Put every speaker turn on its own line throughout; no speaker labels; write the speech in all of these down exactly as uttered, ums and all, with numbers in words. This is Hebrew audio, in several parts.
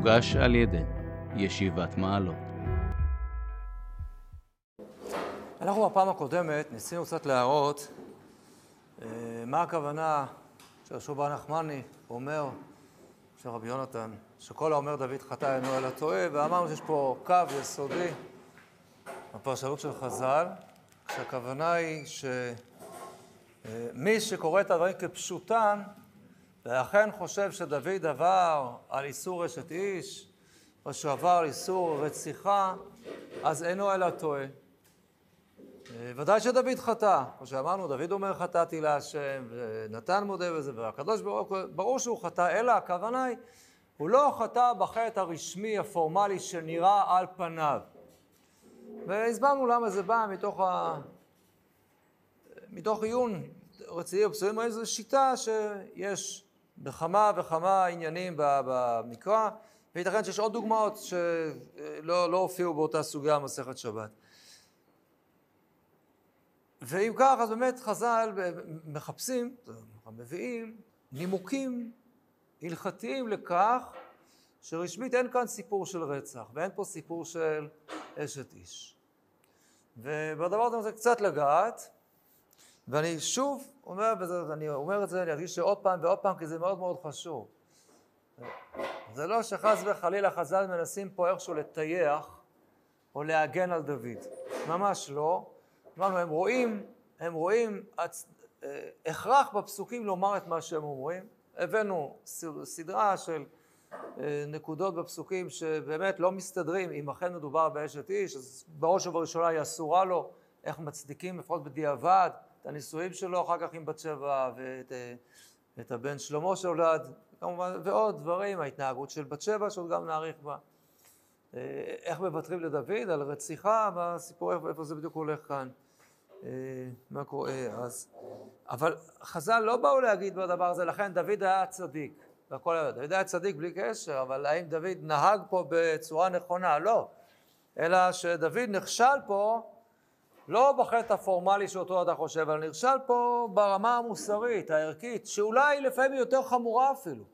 מוגש על ידי ישיבת מעלות.
אנחנו בפעם הקודמת ניסינו קצת להראות מה הכוונה שרש"י בר נחמני אומר, של רבי יונתן, שכל האומר דוד חטא אינו אלא טועה, ואמרנו שיש פה קו יסודי בפרשנות של חז"ל, כשהכוונה היא שמי שקורא את הדברים כפשוטם, ואכן חושב שדוד עבר על איסור אשת איש, או שעבר על איסור רציחה, אז אינו אלא טועה. ודאי שדוד חטא, כמו שאמרנו, דוד אומר חטאתי להשם, ונתן מודה בזה, והקדוש ברוך הוא, ברור שהוא חטא, אלא הכוונה היא, הוא לא חטא בחטא הרשמי, הפורמלי, שנראה על פניו. והסברנו למה זה בא מתוך, ה... מתוך עיון רציני ובשרים, זו שיטה שיש בכמה וכמה עניינים במקרא, וייתכן שיש עוד דוגמאות שלא לא הופיעו באותה סוגיה מסכת שבת. ואם כך, אז באמת חז"ל מחפשים, מביאים נימוקים הלכתיים לכך שרשמית אין כאן סיפור של רצח, ואין פה סיפור של אשת איש. ובדבר הזה אני רוצה קצת לגעת, ואני שוב אומר, ואני אומר את זה, אני ארגיש שעוד פעם ועוד פעם, כי זה מאוד מאוד חשוב. זה לא שחס וחלילה חז"ל מנסים פה איכשהו לטייח או להגן על דוד. ממש לא. אמרנו, הם רואים, הם רואים הכרח בפסוקים לומר את מה שהם אומרים. הבאנו סדרה של נקודות בפסוקים שבאמת לא מסתדרים, אם אכן מדובר באשת איש, אז בראש ובראשונה היא אסורה לו, איך מצדיקים לפחות בדיעבד, את הנישואים שלו, אחר כך עם בת שבע, ואת את הבן שלמה שהולד, כמובן, ועוד דברים, ההתנהגות של בת שבע, שעוד גם נעריך בה. איך מבטרים לדוד על רציחה, בסיפור איפה זה בדיוק הולך כאן, מה קורה אז. אבל חז"ל לא באו להגיד בדבר הזה, לכן דוד היה צדיק, והכל היה, דוד היה צדיק בלי קשר, אבל האם דוד נהג פה בצורה נכונה? לא. אלא שדוד נכשל פה, לא בחטא הפורמלי שאותו אתה חושב, אבל נכשל פה ברמה המוסרית, הערכית, שאולי לפעמים יותר חמורה אפילו.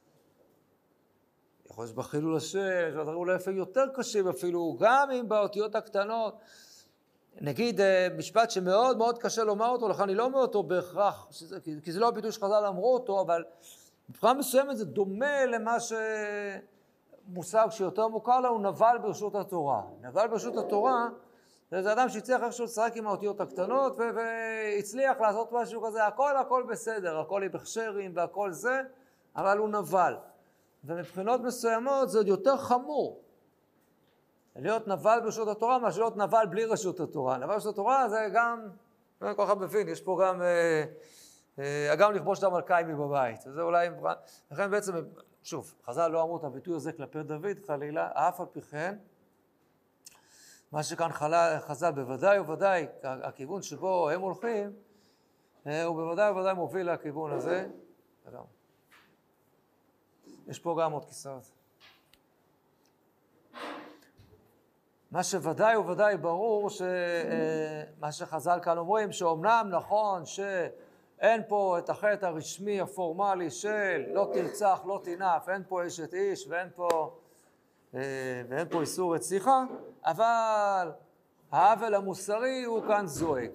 יכול להיות שבחילול השם, אולי לפעמים יותר קשים אפילו, גם אם באותיות הקטנות, נגיד משפט שמאוד מאוד קשה לומר אותו, לכן אני לא אומר אותו בהכרח, שזה, כי זה לא הביטוי שחז"ל אמרו אותו, אבל מבחינה מסוימת זה דומה למה שמושג שיותר מוכר לנו, נבל ברשות התורה. נבל ברשות התורה, זה אדם שהצליח איכשהו לשחק עם האותיות הקטנות, ו- והצליח לעשות משהו כזה, הכל הכל בסדר, הכל היא בכשרים והכל זה, אבל הוא נבל. ומבחינות מסוימות זה עוד יותר חמור. להיות נבל ברשות התורה, מה שלהיות נבל בלי רשות התורה. נבל ברשות התורה זה גם, כל אחד מבין, יש פה גם, אה, אה, גם לכבוש את המלכאי מבבית. וזה אולי, לכן בעצם, שוב, חז"ל לא אמרו את הביטוי הזה כלפי דוד, חלילה, אף על פי כן, מה שכאן חז"ל בוודאי ובוודאי, הכיוון שבו הם הולכים, הוא בוודאי ובוודאי מוביל לכיוון הזה. יש פה גם עוד כיסאות. מה שוודאי וודאי ברור, שמה שחז"ל כאן אומרים, שאומנם נכון שאין פה את החטא הרשמי הפורמלי של לא תרצח, לא תינף, אין פה אשת איש ואין פה... ואין פה איסור רציחה, אבל העוול המוסרי הוא כאן זועק.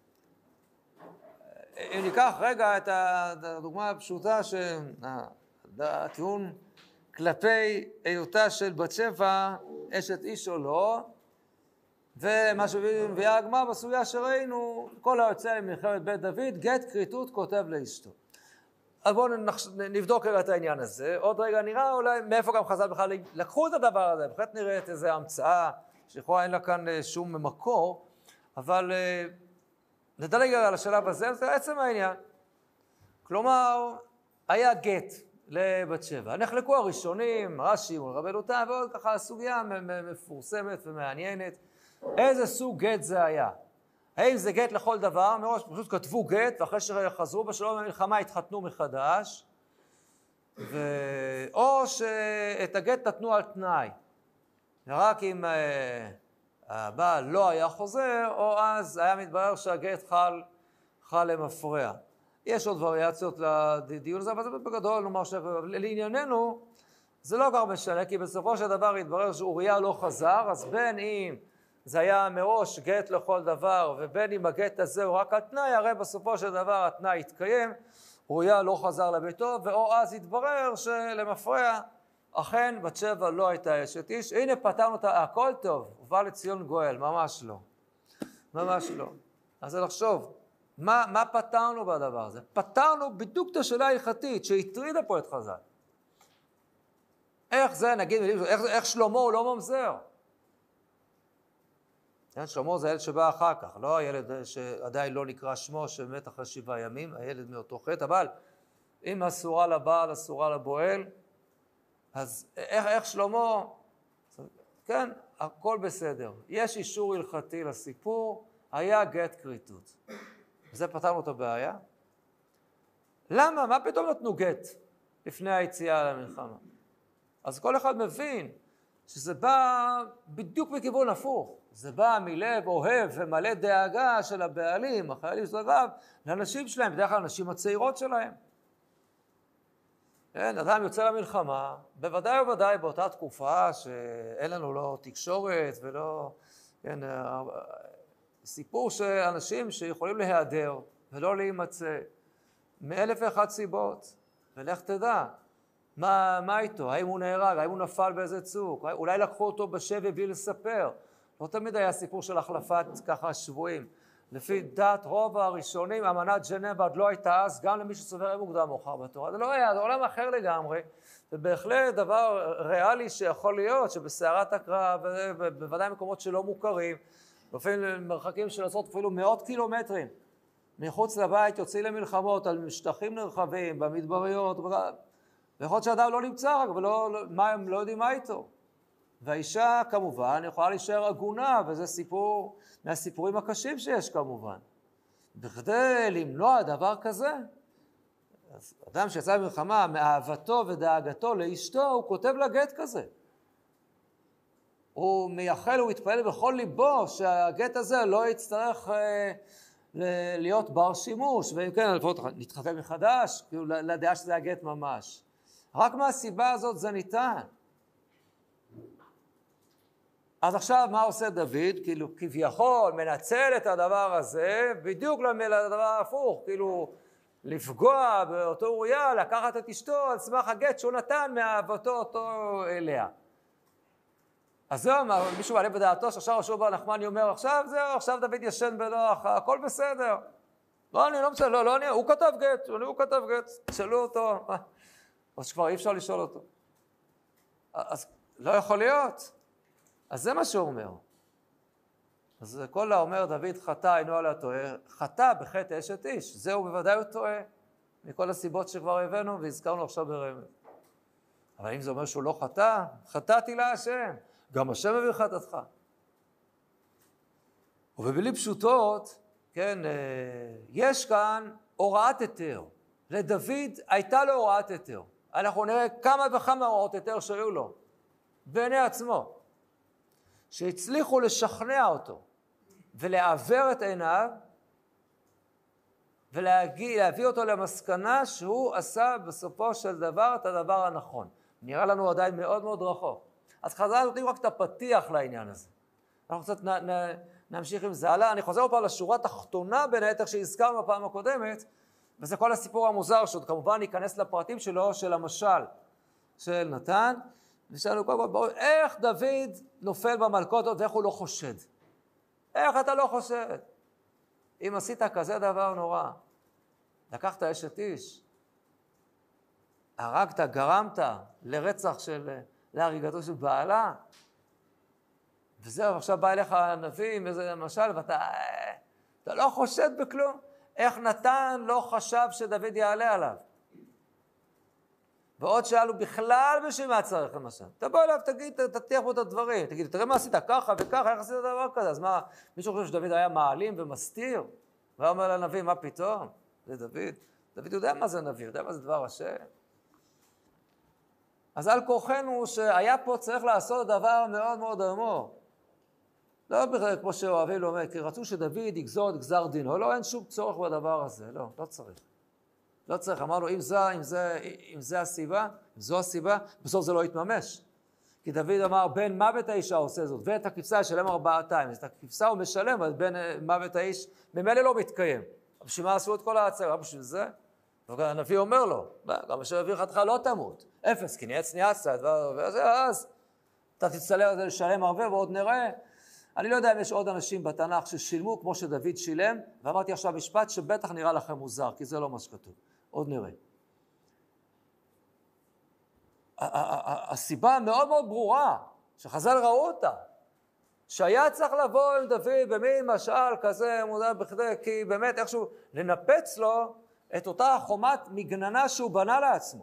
אם ניקח רגע את הדוגמה הפשוטה שהטיעון כלפי היותה של בת שבע אשת איש או לא, ומה שמביאה הגמרא בסוגיה שראינו, כל היוצא למלחמת בית דוד, גט כריתות כותב לאשתו. אז בואו נבדוק רגע את העניין הזה. עוד רגע נראה אולי מאיפה גם חז"ל בכלל לקחו את הדבר הזה. בהחלט נראית איזו המצאה שיכולה אין לה כאן שום מקור, אבל נדלג על השלב הזה, זה עצם העניין. כלומר, היה גט לבת שבע. נחלקו הראשונים, רש"י מול רבנו תם, ועוד ככה סוגיה מפורסמת ומעניינת. איזה סוג גט זה היה? האם זה גט לכל דבר? מראש פשוט כתבו גט, ואחרי שחזרו בשלום במלחמה התחתנו מחדש, ו... או שאת הגט נתנו על תנאי. ורק אם uh, הבעל לא היה חוזר, או אז היה מתברר שהגט חל, חל למפרע. יש עוד וריאציות לדיון הזה, אבל זה בגדול נאמר שלענייננו, זה לא כך משנה, כי בסופו של דבר התברר שאוריה לא חזר, אז בין אם זה היה מראש גט לכל דבר, ובין אם הגט הזה הוא רק על תנאי, הרי בסופו של דבר התנאי התקיים, אוריה לא חזר לביתו, ואו אז התברר שלמפרע, אכן בת שבע לא הייתה אשת איש. הנה פתרנו את הכל טוב, ובא לציון גואל, ממש לא. ממש לא. אז זה לחשוב, מה, מה פתרנו בדבר הזה? פתרנו בדיוק את השאלה ההלכתית שהטרידה פה את חז"ל. איך זה, נגיד, איך, איך שלמה הוא לא ממזר? כן, שלמה זה הילד שבא אחר כך, לא הילד שעדיין לא נקרא שמו, שמת אחרי שבעה ימים, הילד מאותו חטא, אבל אם אסורה לבעל, אסורה לבועל, אז איך, איך שלמה, כן, הכל בסדר. יש אישור הלכתי לסיפור, היה גט כריתות. וזה פתרנו את הבעיה. למה? מה פתאום נתנו גט לפני היציאה למלחמה? אז כל אחד מבין שזה בא בדיוק מכיוון הפוך. זה בא מלב אוהב ומלא דאגה של הבעלים, החיילים של הרב, לאנשים שלהם, בדרך כלל הנשים הצעירות שלהם. כן, אדם יוצא למלחמה, בוודאי ובוודאי באותה תקופה שאין לנו לא תקשורת ולא, כן, סיפור של אנשים שיכולים להיעדר ולא להימצא, מאלף ואחת סיבות, ולך תדע, מה, מה איתו? האם הוא נהרג? האם הוא נפל באיזה צוק? אולי לקחו אותו בשבי בלי לספר. לא תמיד היה סיפור של החלפת ככה שבויים. לפי דעת רוב הראשונים, אמנת ז'נבה עוד לא הייתה אז, גם למי שסובר מוקדם מאוחר בתורה. זה לא היה, זה עולם אחר לגמרי. זה בהחלט דבר ריאלי שיכול להיות, שבסערת הקרב, בוודאי מקומות שלא מוכרים, לפעמים מרחקים של עשרות אפילו מאות קילומטרים, מחוץ לבית יוצאים למלחמות על משטחים נרחבים, במדבריות, ויכול להיות שאדם לא נמצא רק, ולא, לא, מה, הם לא יודעים מה איתו. והאישה כמובן יכולה להישאר עגונה, וזה סיפור מהסיפורים הקשים שיש כמובן. בכדי למנוע דבר כזה, אז אדם שיצא במלחמה מאהבתו ודאגתו לאשתו, הוא כותב לה גט כזה. הוא מייחל, הוא יתפעל בכל ליבו שהגט הזה לא יצטרך אה, להיות בר שימוש, ואם כן, לפחות נתחתן מחדש, כאילו לדעה שזה הגט ממש. רק מהסיבה הזאת זה ניתן. אז עכשיו מה עושה דוד? כאילו כביכול מנצל את הדבר הזה, בדיוק לדבר ההפוך, כאילו לפגוע באותו אוריה, לקחת את אשתו על סמך הגט שהוא נתן מאהבתו אותו אליה. אז זהו, מישהו מעלה בדעתו שעכשיו רשום בר נחמני אומר עכשיו זהו, עכשיו דוד ישן בנוח, הכל בסדר. לא, אני לא מצא, לא, לא, אני, הוא כתב גט, הוא כתב גט, תשאלו אותו. אז שכבר אי אפשר לשאול אותו. אז לא יכול להיות. אז זה מה שהוא אומר. אז כל האומר דוד חטא אינו עליה טועה, חטא בחטא אשת איש, זהו בוודאי הוא טועה, מכל הסיבות שכבר הבאנו והזכרנו עכשיו ברמז. אבל אם זה אומר שהוא לא חטא, חטאתי לה השם, גם השם מביא חטאתך. ובמילים פשוטות, כן, יש כאן הוראת היתר. לדוד הייתה לו הוראת היתר. אנחנו נראה כמה וכמה הוראות היתר שהיו לו, בעיני עצמו, שהצליחו לשכנע אותו ולעבר את עיניו ולהביא אותו למסקנה שהוא עשה בסופו של דבר את הדבר הנכון. נראה לנו עדיין מאוד מאוד רחוק. אז חז"ל נותנים רק את הפתיח לעניין הזה. אנחנו קצת נ, נ, נמשיך עם זה הלאה. אני חוזר פה לשורה התחתונה בין היתר שהזכרנו בפעם הקודמת, וזה כל הסיפור המוזר שעוד כמובן ייכנס לפרטים שלו, של המשל של נתן. ושאלנו קודם כל, איך דוד נופל במלכות ואיך הוא לא חושד? איך אתה לא חושד? אם עשית כזה דבר נורא, לקחת אשת איש, הרגת, גרמת לרצח של, להריגתו של בעלה, וזהו, עכשיו בא אליך הנביא עם איזה משל, ואתה אתה לא חושד בכלום. איך נתן לא חשב שדוד יעלה עליו? ועוד שאלו בכלל בשביל מה צריך למשל. תבוא אליו, תגיד, תתיח בו את הדברים, תגיד, תראה מה עשית ככה וככה, איך עשית דבר כזה? אז מה, מישהו חושב שדוד היה מעלים ומסתיר? והיה אומר לנביא, מה פתאום? זה דוד. דוד יודע מה זה נביא, יודע מה זה דבר השם. אז על כוחנו שהיה פה צריך לעשות דבר מאוד מאוד עמוק. לא כמו שאוהבים לומר, כי רצו שדוד יגזור את גזר דינו, לא, אין שום צורך בדבר הזה, לא, לא צריך. לא צריך, אמרנו, אם זה, אם זה, אם זה הסיבה, אם זו הסיבה, בסוף זה לא יתממש. כי דוד אמר, בין מוות האיש העושה זאת, ואת הכבשה ישלם ארבעתיים. את הכבשה הוא משלם, אבל בין מוות האיש, ממילא לא מתקיים. בשביל מה עשו את כל העצר? בשביל זה? הנביא אומר לו, גם אשר יביא חתך לא תמות. אפס, כי נהיה צניאצת, ואז אתה תצטרך לשלם הרבה, ועוד נראה. אני לא יודע אם יש עוד אנשים בתנ"ך ששילמו כמו שדוד שילם, ואמרתי עכשיו משפט שבטח נראה לכם מוזר, כי זה לא מה שכתוב. עוד נראה. הסיבה המאוד מאוד ברורה, שחז"ל ראו אותה, שהיה צריך לבוא עם דוד במין משל כזה מודע בכדי, כי באמת איכשהו לנפץ לו את אותה חומת מגננה שהוא בנה לעצמו.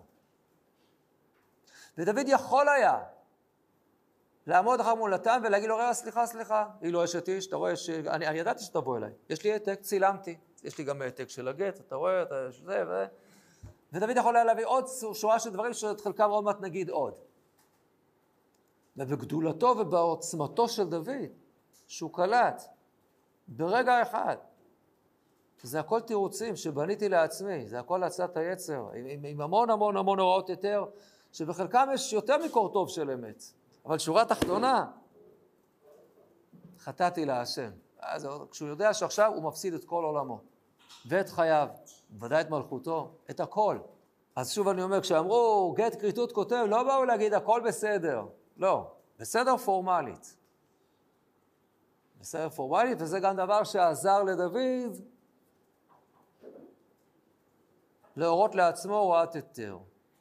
ודוד יכול היה לעמוד אחר מולתם ולהגיד לו, ראה, סליחה, סליחה, היא לא אשת איש, אתה רואה ש... אני, אני ידעתי שתבוא אליי. יש לי העתק, צילמתי. יש לי גם העתק של הגט, אתה רואה, אתה... זה, ו... ודוד יכול היה להביא עוד שורה של דברים שאת חלקם עוד מעט נגיד עוד. ובגדולתו ובעוצמתו של דוד, שהוא קלט, ברגע אחד, זה הכל תירוצים שבניתי לעצמי, זה הכל הצעת היצר, עם, עם, עם המון המון המון הוראות יותר, שבחלקם יש יותר מקור טוב של אמת. אבל שורה תחתונה, חטאתי להשם. אז כשהוא יודע שעכשיו הוא מפסיד את כל עולמו, ואת חייו, ודאי את מלכותו, את הכל. אז שוב אני אומר, כשאמרו גט כריתות כותב, לא באו להגיד הכל בסדר. לא, בסדר פורמלית. בסדר פורמלית, וזה גם דבר שעזר לדוד להורות לעצמו הוראת היתר.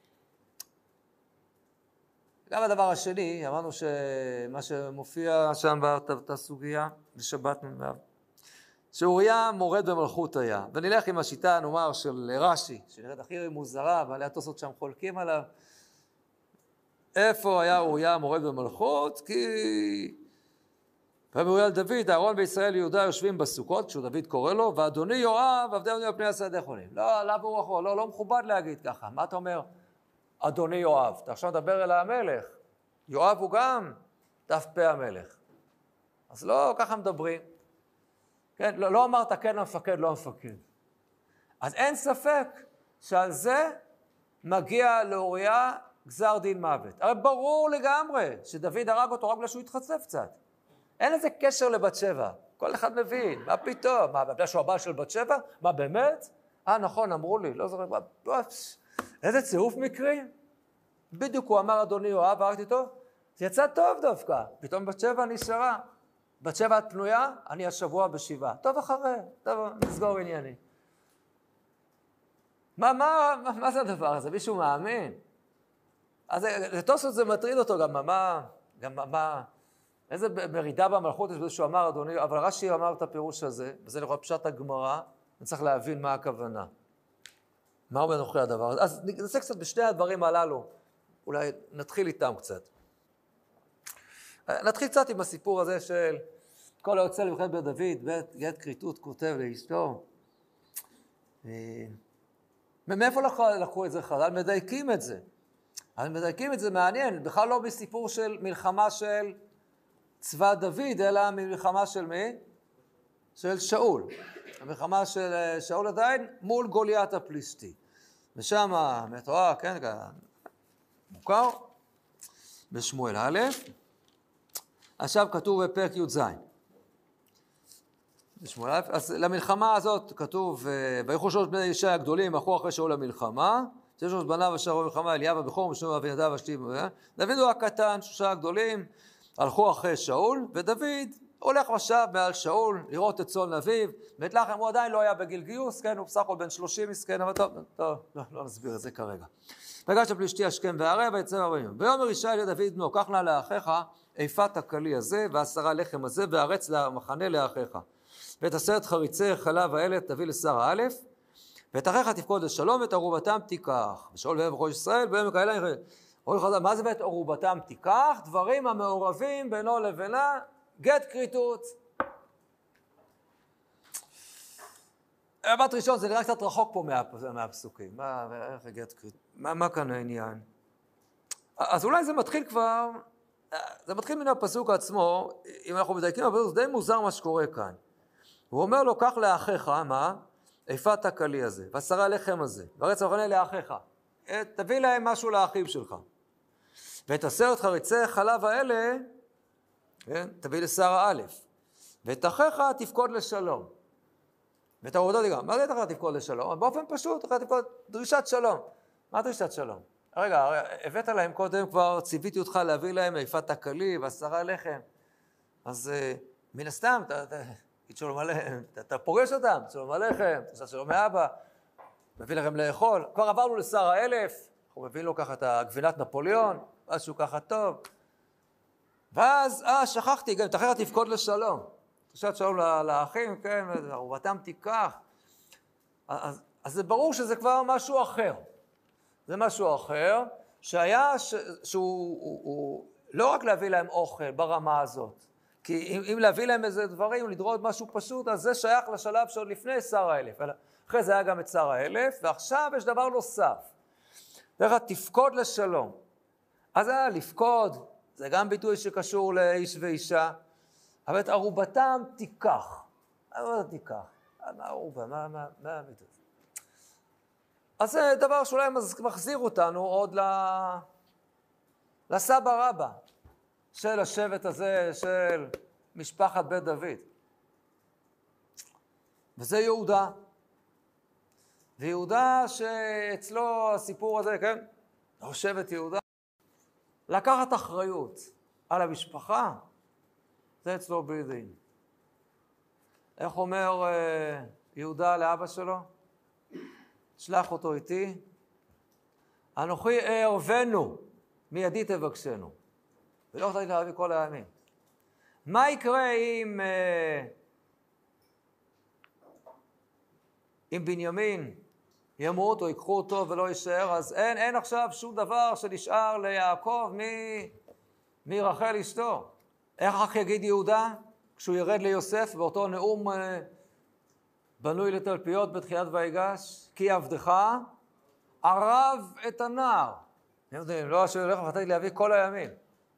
גם הדבר השני, אמרנו שמה שמופיע שם בסוגיה, בשבת ממב, שאוריה מורד במלכות היה. ונלך עם השיטה, נאמר, של רש"י, שנראית הכי מוזרה, אבל התוספות שם חולקים עליו. איפה היה אוריה מורד במלכות? כי פעם אוריה לדוד, אהרון וישראל יהודה יושבים בסוכות, כשהוא דוד קורא לו, ואדוני יואב, עבדנו על פני השדה חונים. לא, לא ברוחו, לא, לא מכובד להגיד ככה. מה אתה אומר? אדוני יואב. אתה עכשיו מדבר אל המלך. יואב הוא גם דף פה המלך. אז לא ככה מדברים. כן, לא, לא אמרת כן המפקד, לא המפקד. אז אין ספק שעל זה מגיע לאוריה גזר דין מוות. הרי ברור לגמרי שדוד הרג אותו רק בגלל שהוא התחצף קצת. אין לזה קשר לבת שבע. כל אחד מבין, מה פתאום? מה, בגלל שהוא הבעל של בת שבע? מה באמת? אה, נכון, אמרו לי, לא זוכר, מה, איזה צירוף מקרי? בדיוק הוא אמר, אדוני יואב, הרגתי אותו, זה יצא טוב דווקא. פתאום בת שבע נשארה. בת שבע את פנויה, אני השבוע בשבעה. טוב אחרי, טוב, נסגור ענייני. מה, מה, מה, מה זה הדבר הזה? מישהו מאמין? אז לתוספות זה מטריד אותו גם, מה, גם מה, איזה מרידה במלכות יש בזה שהוא אמר, אדוני, אבל רש"י אמר את הפירוש הזה, וזה לכל פשט הגמרא, אני צריך להבין מה הכוונה. מה אומר נוכחי הדבר הזה? אז נעשה קצת בשני הדברים הללו, אולי נתחיל איתם קצת. נתחיל קצת עם הסיפור הזה של כל היוצא למלחמת בית דוד, גט כריתות כותב לאשתו. מאיפה לקחו את זה חז"ל? מדייקים את זה. אבל מדייקים את זה מעניין, בכלל לא בסיפור של מלחמה של צבא דוד, אלא מלחמה של מי? של שאול. המלחמה של שאול עדיין מול גוליית הפלישתי. ושם מתואר, כן, מוכר, בשמואל א', עכשיו כתוב בפרק י"ז. בשמואל א', אז למלחמה הזאת כתוב, ויכו שלוש בני ישי הגדולים, אחו אחרי שאול למלחמה, שלוש בניו אשר ראו מלחמה, אליאב הבכור, ושלום אבינדב השני, דוד הוא הקטן, שלושה הגדולים, הלכו אחרי שאול, ודוד הולך ושב מעל שאול, לראות את צאן אביו, בית לחם הוא עדיין לא היה בגיל גיוס, כן, הוא בסך הכל בן שלושים מסכן, אבל טוב, טוב, לא, לא נסביר את זה כרגע. פגש הפלישתי השכם והערב, ויצא ארבעים. ויאמר ישי לדוד בנו, קח נא לאחיך איפת הכלי הזה, ועשרה לחם הזה, וארץ למחנה לאחיך. ואת עשרת חריצי חלב האלה תביא לשר א', ואת אחיך תפקוד לשלום, ואת ערובתם תיקח. ושאול ואהב בכל ישראל, בעמק האלה, מה זה ואת ערובתם תיקח? דברים המעורבים בינו לבינה, גט כריתות. בת ראשון, זה נראה קצת רחוק פה מהפסוקים. מה, איך גט כריתות? מה, מה כאן העניין? אז אולי זה מתחיל כבר, זה מתחיל מן הפסוק עצמו, אם אנחנו מדייקים, אבל זה די מוזר מה שקורה כאן. הוא אומר לו, קח לאחיך, מה? איפת הכלי הזה, ועשרה הלחם הזה, והרצח עונה לאחיך. תביא להם משהו לאחים שלך. ואת עשרת חריצי חלב האלה, כן, תביא לשר א', ואת אחיך תפקוד לשלום. ואת העבודות גם, מה זה את אחיך תפקוד לשלום? באופן פשוט, אחיך תפקוד דרישת שלום. מה דרישת שלום? רגע, הבאת להם קודם, כבר ציוויתי אותך להביא להם איפת הכלי ועשרה לחם. אז מן הסתם, אתה פוגש אותם, שלום עליכם, תשת שלום מאבא, מביא לכם לאכול. כבר עברנו לשר האלף, אנחנו מביאים לו ככה את הגבינת נפוליאון, משהו ככה טוב. ואז, אה, שכחתי, גם תחר תפקוד לשלום. תשת שלום לאחים, כן, אהובתם תיקח. אז, אז זה ברור שזה כבר משהו אחר. זה משהו אחר, שהיה, ש, שהוא הוא, הוא, לא רק להביא להם אוכל ברמה הזאת, כי אם, אם להביא להם איזה דברים, לדרות משהו פשוט, אז זה שייך לשלב שעוד לפני שר האלף. אחרי זה היה גם את שר האלף, ועכשיו יש דבר נוסף. דרך תפקוד לשלום. אז היה לפקוד, זה גם ביטוי שקשור לאיש ואישה, אבל את ערובתם תיקח. מה תיקח? מה ערובה? מה, מה, מה הביטוי? אז זה דבר שאולי מחזיר אותנו עוד לסבא רבא של השבט הזה, של משפחת בית דוד. וזה יהודה. ויהודה שאצלו הסיפור הזה, כן? שבט יהודה. לקחת אחריות על המשפחה, זה אצלו בידין. איך אומר יהודה לאבא שלו? שלח אותו איתי, אנוכי אערבנו, מידי תבקשנו. ולא חתתי להביא כל הימים. מה יקרה אם, אם בנימין ימות או ייקחו אותו ולא יישאר, אז אין, אין עכשיו שום דבר שנשאר ליעקב מרחל אשתו. איך כך יגיד יהודה כשהוא ירד ליוסף באותו נאום בנוי לתלפיות בתחילת ויגש? כי עבדך ערב את הנער. אתם יודעים, לא אשר ילך וחטאתי להביא כל הימים.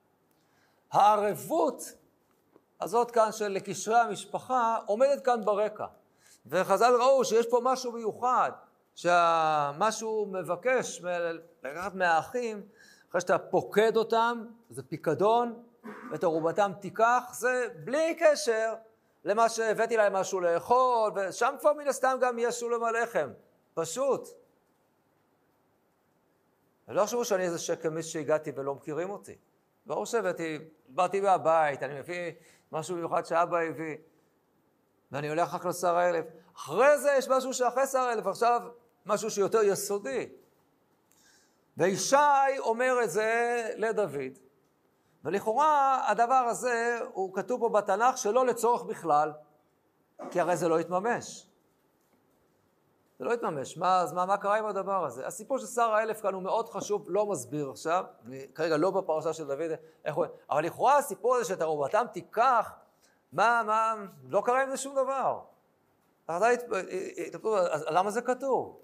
הערבות הזאת כאן של לקשרי המשפחה עומדת כאן ברקע. וחז"ל ראו שיש פה משהו מיוחד, שמשהו מבקש לקחת מהאחים, אחרי שאתה פוקד אותם, זה פיקדון, ואת ערובתם תיקח, זה בלי קשר למה שהבאתי להם משהו לאכול, ושם כבר מן הסתם גם יש שולם הלחם, פשוט. ולא חשבו שאני איזה שקמיסט שהגעתי ולא מכירים אותי. ברור שהבאתי, באתי מהבית, אני מביא משהו מיוחד שאבא הביא, ואני הולך רק לשר האלף. אחרי זה יש משהו שאחרי שר האלף, עכשיו משהו שיותר יסודי. וישי אומר את זה לדוד. ולכאורה הדבר הזה הוא כתוב פה בתנ"ך שלא לצורך בכלל, כי הרי זה לא יתממש. זה לא יתממש. מה, אז מה, מה קרה עם הדבר הזה? הסיפור של שר האלף כאן הוא מאוד חשוב, לא מסביר עכשיו, אני כרגע לא בפרשה של דוד, איך הוא... אבל לכאורה הסיפור הזה שאת ערובתם תיקח, מה, מה, לא קרה עם זה שום דבר. אז, אז למה זה כתוב?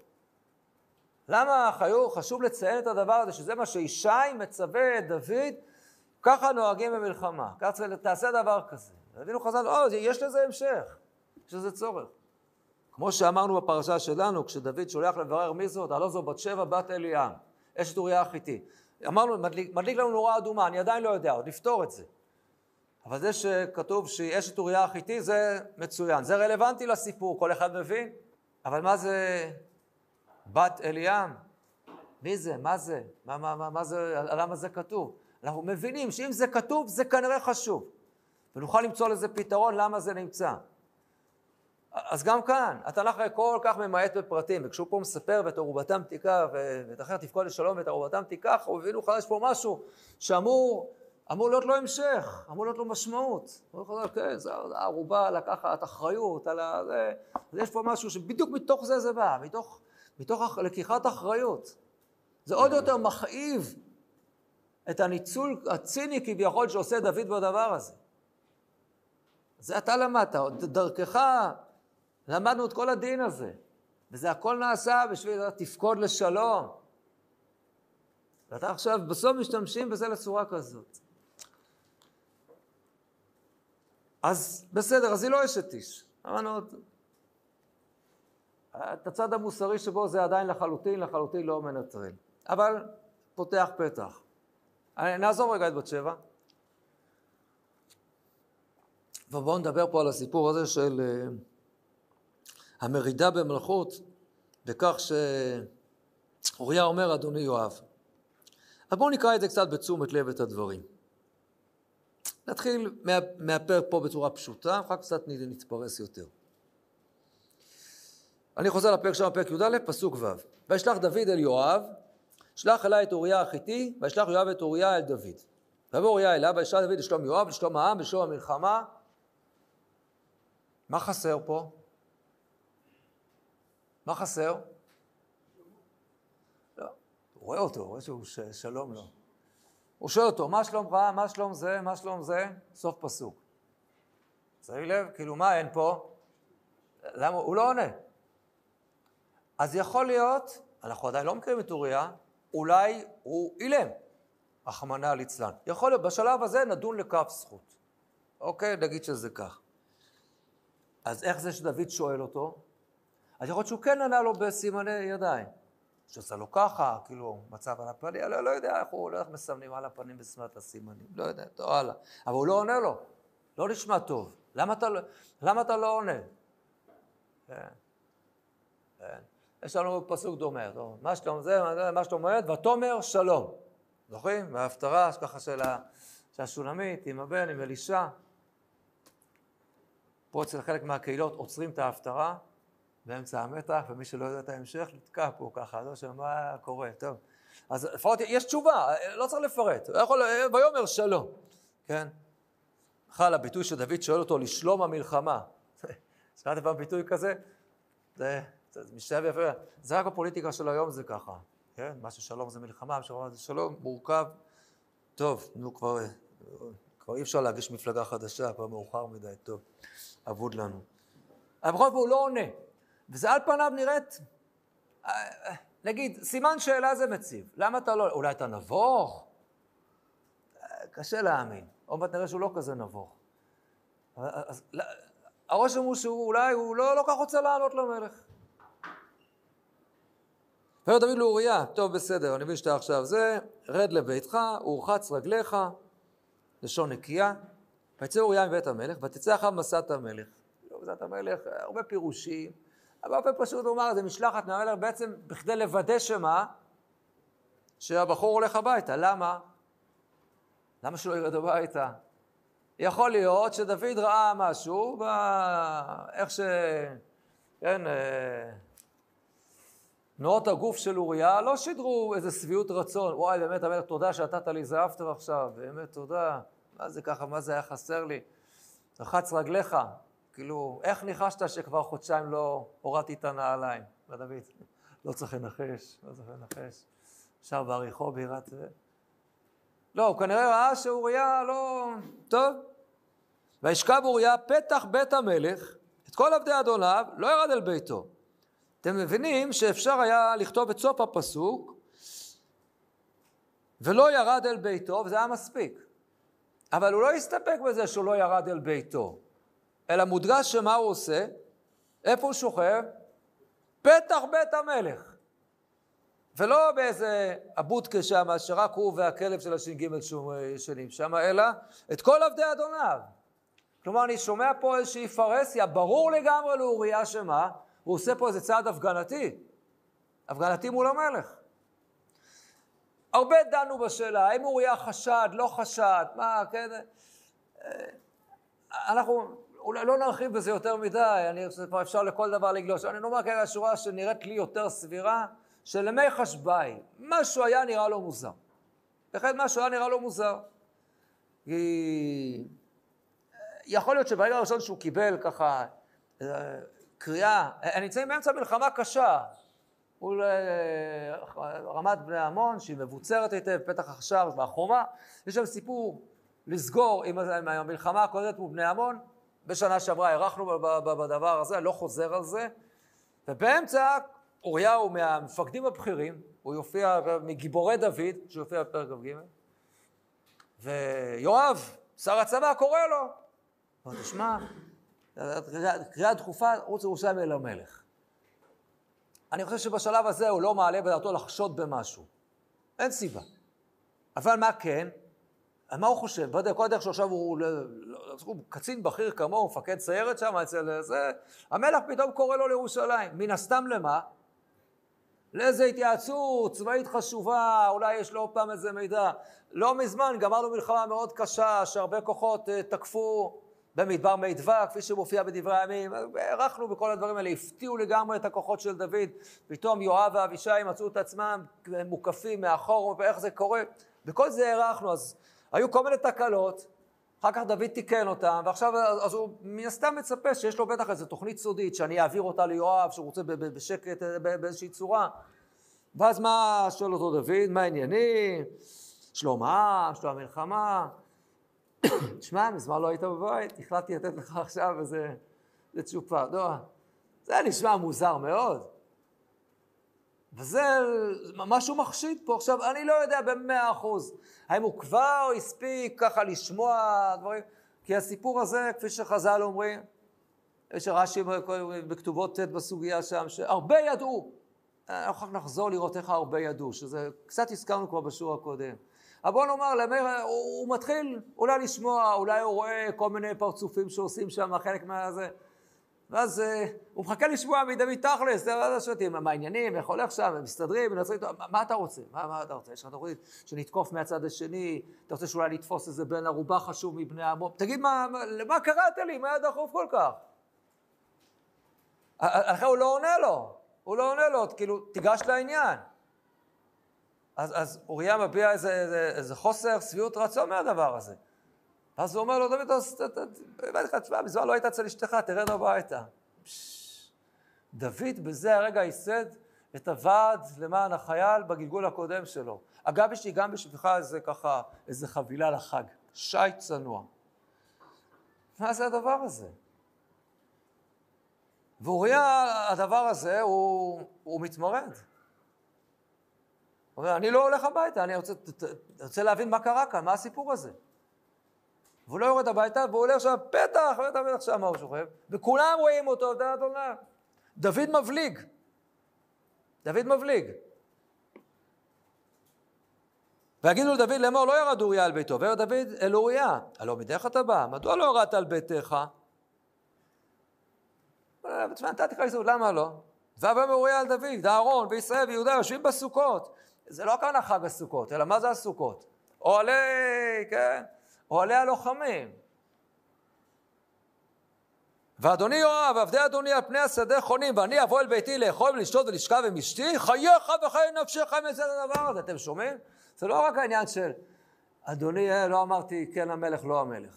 למה חשוב לציין את הדבר הזה, שזה מה שישי מצווה את דוד, ככה נוהגים במלחמה, ככה תעשה דבר כזה. דוד חז"ל, או, יש לזה המשך, יש לזה צורך. כמו שאמרנו בפרשה שלנו, כשדוד שולח לברר מי זאת, הלא זו בת שבע בת אליעם, אשת אוריה החיתי. אמרנו, מדליק, מדליק לנו נורה אדומה, אני עדיין לא יודע, עוד נפתור את זה. אבל זה שכתוב שהיא אשת אוריה החיתי, זה מצוין. זה רלוונטי לסיפור, כל אחד מבין. אבל מה זה בת אליעם? מי זה? מה זה? מה, מה, מה, מה זה? למה זה כתוב? אנחנו מבינים שאם זה כתוב, זה כנראה חשוב. ונוכל למצוא לזה פתרון למה זה נמצא. אז גם כאן, התנ"ך כל כך ממעט בפרטים, וכשהוא פה מספר ואת ערובתם תיקח, ואת אחר תפקוד לשלום ואת ערובתם תיקח, הוא הבינו חדש פה משהו שאמור, אמור להיות לו המשך, אמור להיות לו משמעות. הוא אומר, כן, זה הערובה לקחת אחריות, על זה, אז יש פה משהו שבדיוק מתוך זה זה בא, מתוך, מתוך לקיחת אחריות. זה עוד יותר מכאיב את הניצול הציני כביכול שעושה דוד בדבר הזה. זה אתה למדת, דרכך למדנו את כל הדין הזה, וזה הכל נעשה בשביל תפקוד לשלום. ואתה עכשיו בסוף משתמשים בזה לצורה כזאת. אז בסדר, אז היא לא אשת איש. אמרנו, את הצד המוסרי שבו זה עדיין לחלוטין, לחלוטין לא מנטרל. אבל פותח פתח. נעזוב רגע את בת שבע. ובואו נדבר פה על הסיפור הזה של uh, המרידה במלכות, בכך שאוריה אומר, אדוני יואב. אז בואו נקרא את זה קצת בתשומת לב את הדברים. נתחיל מה, מהפרק פה בצורה פשוטה, אחר קצת נתפרס יותר. אני חוזר לפרק שם, פרק י"א, פסוק ו'. וישלח דוד אל יואב, שלח אליי את אוריה החיתי, וישלח יואב את אוריה אל דוד. ויבוא אוריה אליו, וישלח דוד לשלום יואב, לשלום העם, לשלום המלחמה. מה חסר פה? מה חסר? לא, הוא רואה אותו, הוא רואה שהוא ש... שלום לו. הוא שואל אותו, מה שלומך? מה שלום זה? מה שלום זה? סוף פסוק. שמים לב, כאילו מה אין פה? למה? הוא לא עונה. אז יכול להיות, אנחנו עדיין לא מכירים את אוריה, אולי הוא אילם, רחמנא ליצלן. יכול להיות, בשלב הזה נדון לכף זכות. אוקיי, נגיד שזה כך. אז איך זה שדוד שואל אותו? אז יכול להיות שהוא כן ענה לו בסימני ידיים. שעושה לו ככה, כאילו, מצב על הפנים, לא, לא יודע איך הוא, לא איך מסמנים על הפנים בסימת הסימנים, לא יודע, טוב, הלאה. אבל הוא לא עונה לו, לא נשמע טוב. למה אתה, למה אתה לא עונה? כן, כן. יש לנו פסוק דומה, טוב, מה שלום זה, מה שלום מועד, ותאמר שלום. זוכרים? בהפטרה, ככה של השולמית, עם הבן, עם אלישע. פה אצל חלק מהקהילות עוצרים את ההפטרה, באמצע המתח, ומי שלא יודע את ההמשך, נתקע פה ככה, לא שם מה קורה, טוב. אז לפחות יש תשובה, לא צריך לפרט, הוא יכול, ויאמר שלום, כן? בכלל, הביטוי שדוד שואל אותו, לשלום המלחמה. שמעת פעם ביטוי כזה? זה, זה משתלב יפה, זה רק בפוליטיקה של היום זה ככה, כן? מה ששלום זה מלחמה, מה זה שלום, מורכב. טוב, נו כבר, כבר אי אפשר להגיש מפלגה חדשה, כבר מאוחר מדי, טוב, עבוד לנו. אבל בכל זאת הוא לא עונה. וזה על פניו נראית, נגיד, סימן שאלה זה מציב. למה אתה לא, אולי אתה נבוך? קשה להאמין. עוד מעט נראה שהוא לא כזה נבוך. אז הרושם הוא שהוא אולי, הוא לא, לא כך רוצה לענות למלך. ואומר דוד לאוריה, טוב בסדר, אני מבין שאתה עכשיו זה, רד לביתך, ורחץ רגליך, לשון נקייה, ויצא אוריה מבית המלך, ותצא אחריו מסעת המלך. מסעת המלך, הרבה פירושים, אבל באופן פשוט הוא אומר, זה משלחת מהמלך בעצם בכדי לוודא שמה, שהבחור הולך הביתה. למה? למה שלא ירד הביתה? יכול להיות שדוד ראה משהו, ואיך ש... כן, תנועות הגוף של אוריה לא שידרו איזה שביעות רצון. וואי, באמת, המלך, תודה שנתת לי זהפתר עכשיו, באמת, תודה. מה זה ככה, מה זה היה חסר לי? רחץ רגליך. כאילו, איך ניחשת שכבר חודשיים לא הורדתי את הנעליים? דוד, לא צריך לנחש, לא צריך לנחש. אפשר בעריכו בירת... לא, הוא כנראה ראה שאוריה לא... טוב. וישכב אוריה פתח בית המלך, את כל עבדי אדוניו, לא ירד אל ביתו. אתם מבינים שאפשר היה לכתוב את סוף הפסוק, ולא ירד אל ביתו, וזה היה מספיק. אבל הוא לא הסתפק בזה שהוא לא ירד אל ביתו. אלא מודגש שמה הוא עושה? איפה הוא שוכב? פתח בית המלך. ולא באיזה הבודקה שם, שרק הוא והכלב של הש"ג שנים שם, אלא את כל עבדי אדוניו. כלומר, אני שומע פה איזושהי פרסיה, ברור לגמרי לאוריה שמה, הוא עושה פה איזה צעד הפגנתי. הפגנתי מול המלך. הרבה דנו בשאלה, האם אוריה חשד, לא חשד, מה, כן? אנחנו... אולי לא נרחיב בזה יותר מדי, אני חושב שכבר אפשר לכל דבר לגלוש. אני נאמר כרגע שורה שנראית לי יותר סבירה, שלמי חשבי, משהו היה נראה לו מוזר. לכן משהו היה נראה לו מוזר. יכול להיות שברגע הראשון שהוא קיבל ככה קריאה, הם נמצאים באמצע מלחמה קשה, מול רמת בני עמון, שהיא מבוצרת היטב, פתח עכשיו והחומה, יש שם סיפור לסגור עם המלחמה הקודמת מול בני עמון, בשנה שעברה ערכנו בדבר הזה, לא חוזר על זה, ובאמצע אוריה הוא מהמפקדים הבכירים, הוא יופיע מגיבורי דוד, שיופיע בפרק ג', ויואב, שר הצבא, קורא לו, הוא תשמע, קריאה דחופה, רוץ ירושלים אל המלך. אני חושב שבשלב הזה הוא לא מעלה בדעתו לחשוד במשהו. אין סיבה. אבל מה כן? מה הוא חושב? בדרך כל דרך שעכשיו הוא, הוא קצין בכיר כמוהו, מפקד סיירת שם אצל זה, המלך פתאום קורא לו לירושלים. מן הסתם למה? לאיזה התייעצות צבאית חשובה, אולי יש לו עוד פעם איזה מידע. לא מזמן גמרנו מלחמה מאוד קשה, שהרבה כוחות תקפו במדבר מידווה, כפי שמופיע בדברי הימים. הערכנו בכל הדברים האלה, הפתיעו לגמרי את הכוחות של דוד. פתאום יואב ואבישי מצאו את עצמם מוקפים מאחור, ואיך זה קורה. בכל זה הערכנו, אז היו כל מיני תקלות, אחר כך דוד תיקן אותם, ועכשיו אז הוא מן הסתם מצפה שיש לו בטח איזו תוכנית סודית, שאני אעביר אותה ליואב, שהוא רוצה בשקט באיזושהי צורה. ואז מה שואל אותו דוד? מה העניינים? שלום העם, שלום המלחמה. תשמע, מזמן לא היית בבית, החלטתי לתת לך עכשיו איזה צ'ופר. לא, זה נשמע מוזר מאוד. וזה משהו מחשיד פה. עכשיו, אני לא יודע במאה אחוז, האם הוא כבר הספיק ככה לשמוע דברים, כי הסיפור הזה, כפי שחז"ל אומרים, יש רש"י בכתובות ט' בסוגיה שם, שהרבה ידעו. אנחנו נחזור לראות איך הרבה ידעו, שזה קצת הזכרנו כבר בשיעור הקודם. אבל בוא נאמר, למר, הוא, הוא מתחיל אולי לשמוע, אולי הוא רואה כל מיני פרצופים שעושים שם, חלק מהזה. ואז uh, הוא מחכה לשמוע מדוד תכלס, ואז שואלים, מה העניינים, איך הולך שם, הם מסתדרים, מנצרים, מה, מה אתה רוצה? מה, מה אתה רוצה? יש לך תוכנית שנתקוף מהצד השני, אתה רוצה שאולי לתפוס איזה בן ערובה חשוב מבני עמו, תגיד, מה, מה, מה קראת לי? מה היה דחוף כל כך? אחרי הוא לא עונה לו, הוא לא עונה לו, כאילו, תיגש לעניין. אז, אז אוריה מביע איזה, איזה, איזה חוסר סביעות רצון מהדבר הזה. אז הוא אומר לו, דוד, הבאתי לך, תשמע, בזמן לא היית אצל אשתך, תרד הביתה. דוד בזה הרגע ייסד את הוועד למען החייל בגלגול הקודם שלו. אגב, יש לי גם בשבילך איזה ככה, איזה חבילה לחג, שי צנוע. מה זה הדבר הזה? ואוריה, הדבר הזה, הוא, הוא מתמרד. הוא אומר, אני לא הולך הביתה, אני רוצה, רוצה להבין מה קרה כאן, מה הסיפור הזה. והוא לא יורד הביתה, והוא הולך שם, פתח, ואתה בטח שם מה הוא שוכב, וכולם רואים אותו, דעת עונה. דוד מבליג. דוד מבליג. והגידו לדוד לאמור, לא ירד אוריה על ביתו, וירד דוד אל אוריה. הלא מדרך אתה בא, מדוע לא ירדת על ביתך? ותשמע, נתתי לך איסור, למה לא? ואבא מאוריה על דוד, אהרון וישראל ויהודה יושבים בסוכות. זה לא כאן החג הסוכות, אלא מה זה הסוכות? אוהלי, כן? אוהלי הלוחמים. ואדוני יואב, עבדי אדוני על פני השדה חונים, ואני אבוא אל ביתי לאכול ולשתות ולשכב עם אשתי, חייך וחיי נפשך מזה הדבר הזה. אתם שומעים? זה לא רק העניין של, אדוני, לא אמרתי כן המלך, לא המלך.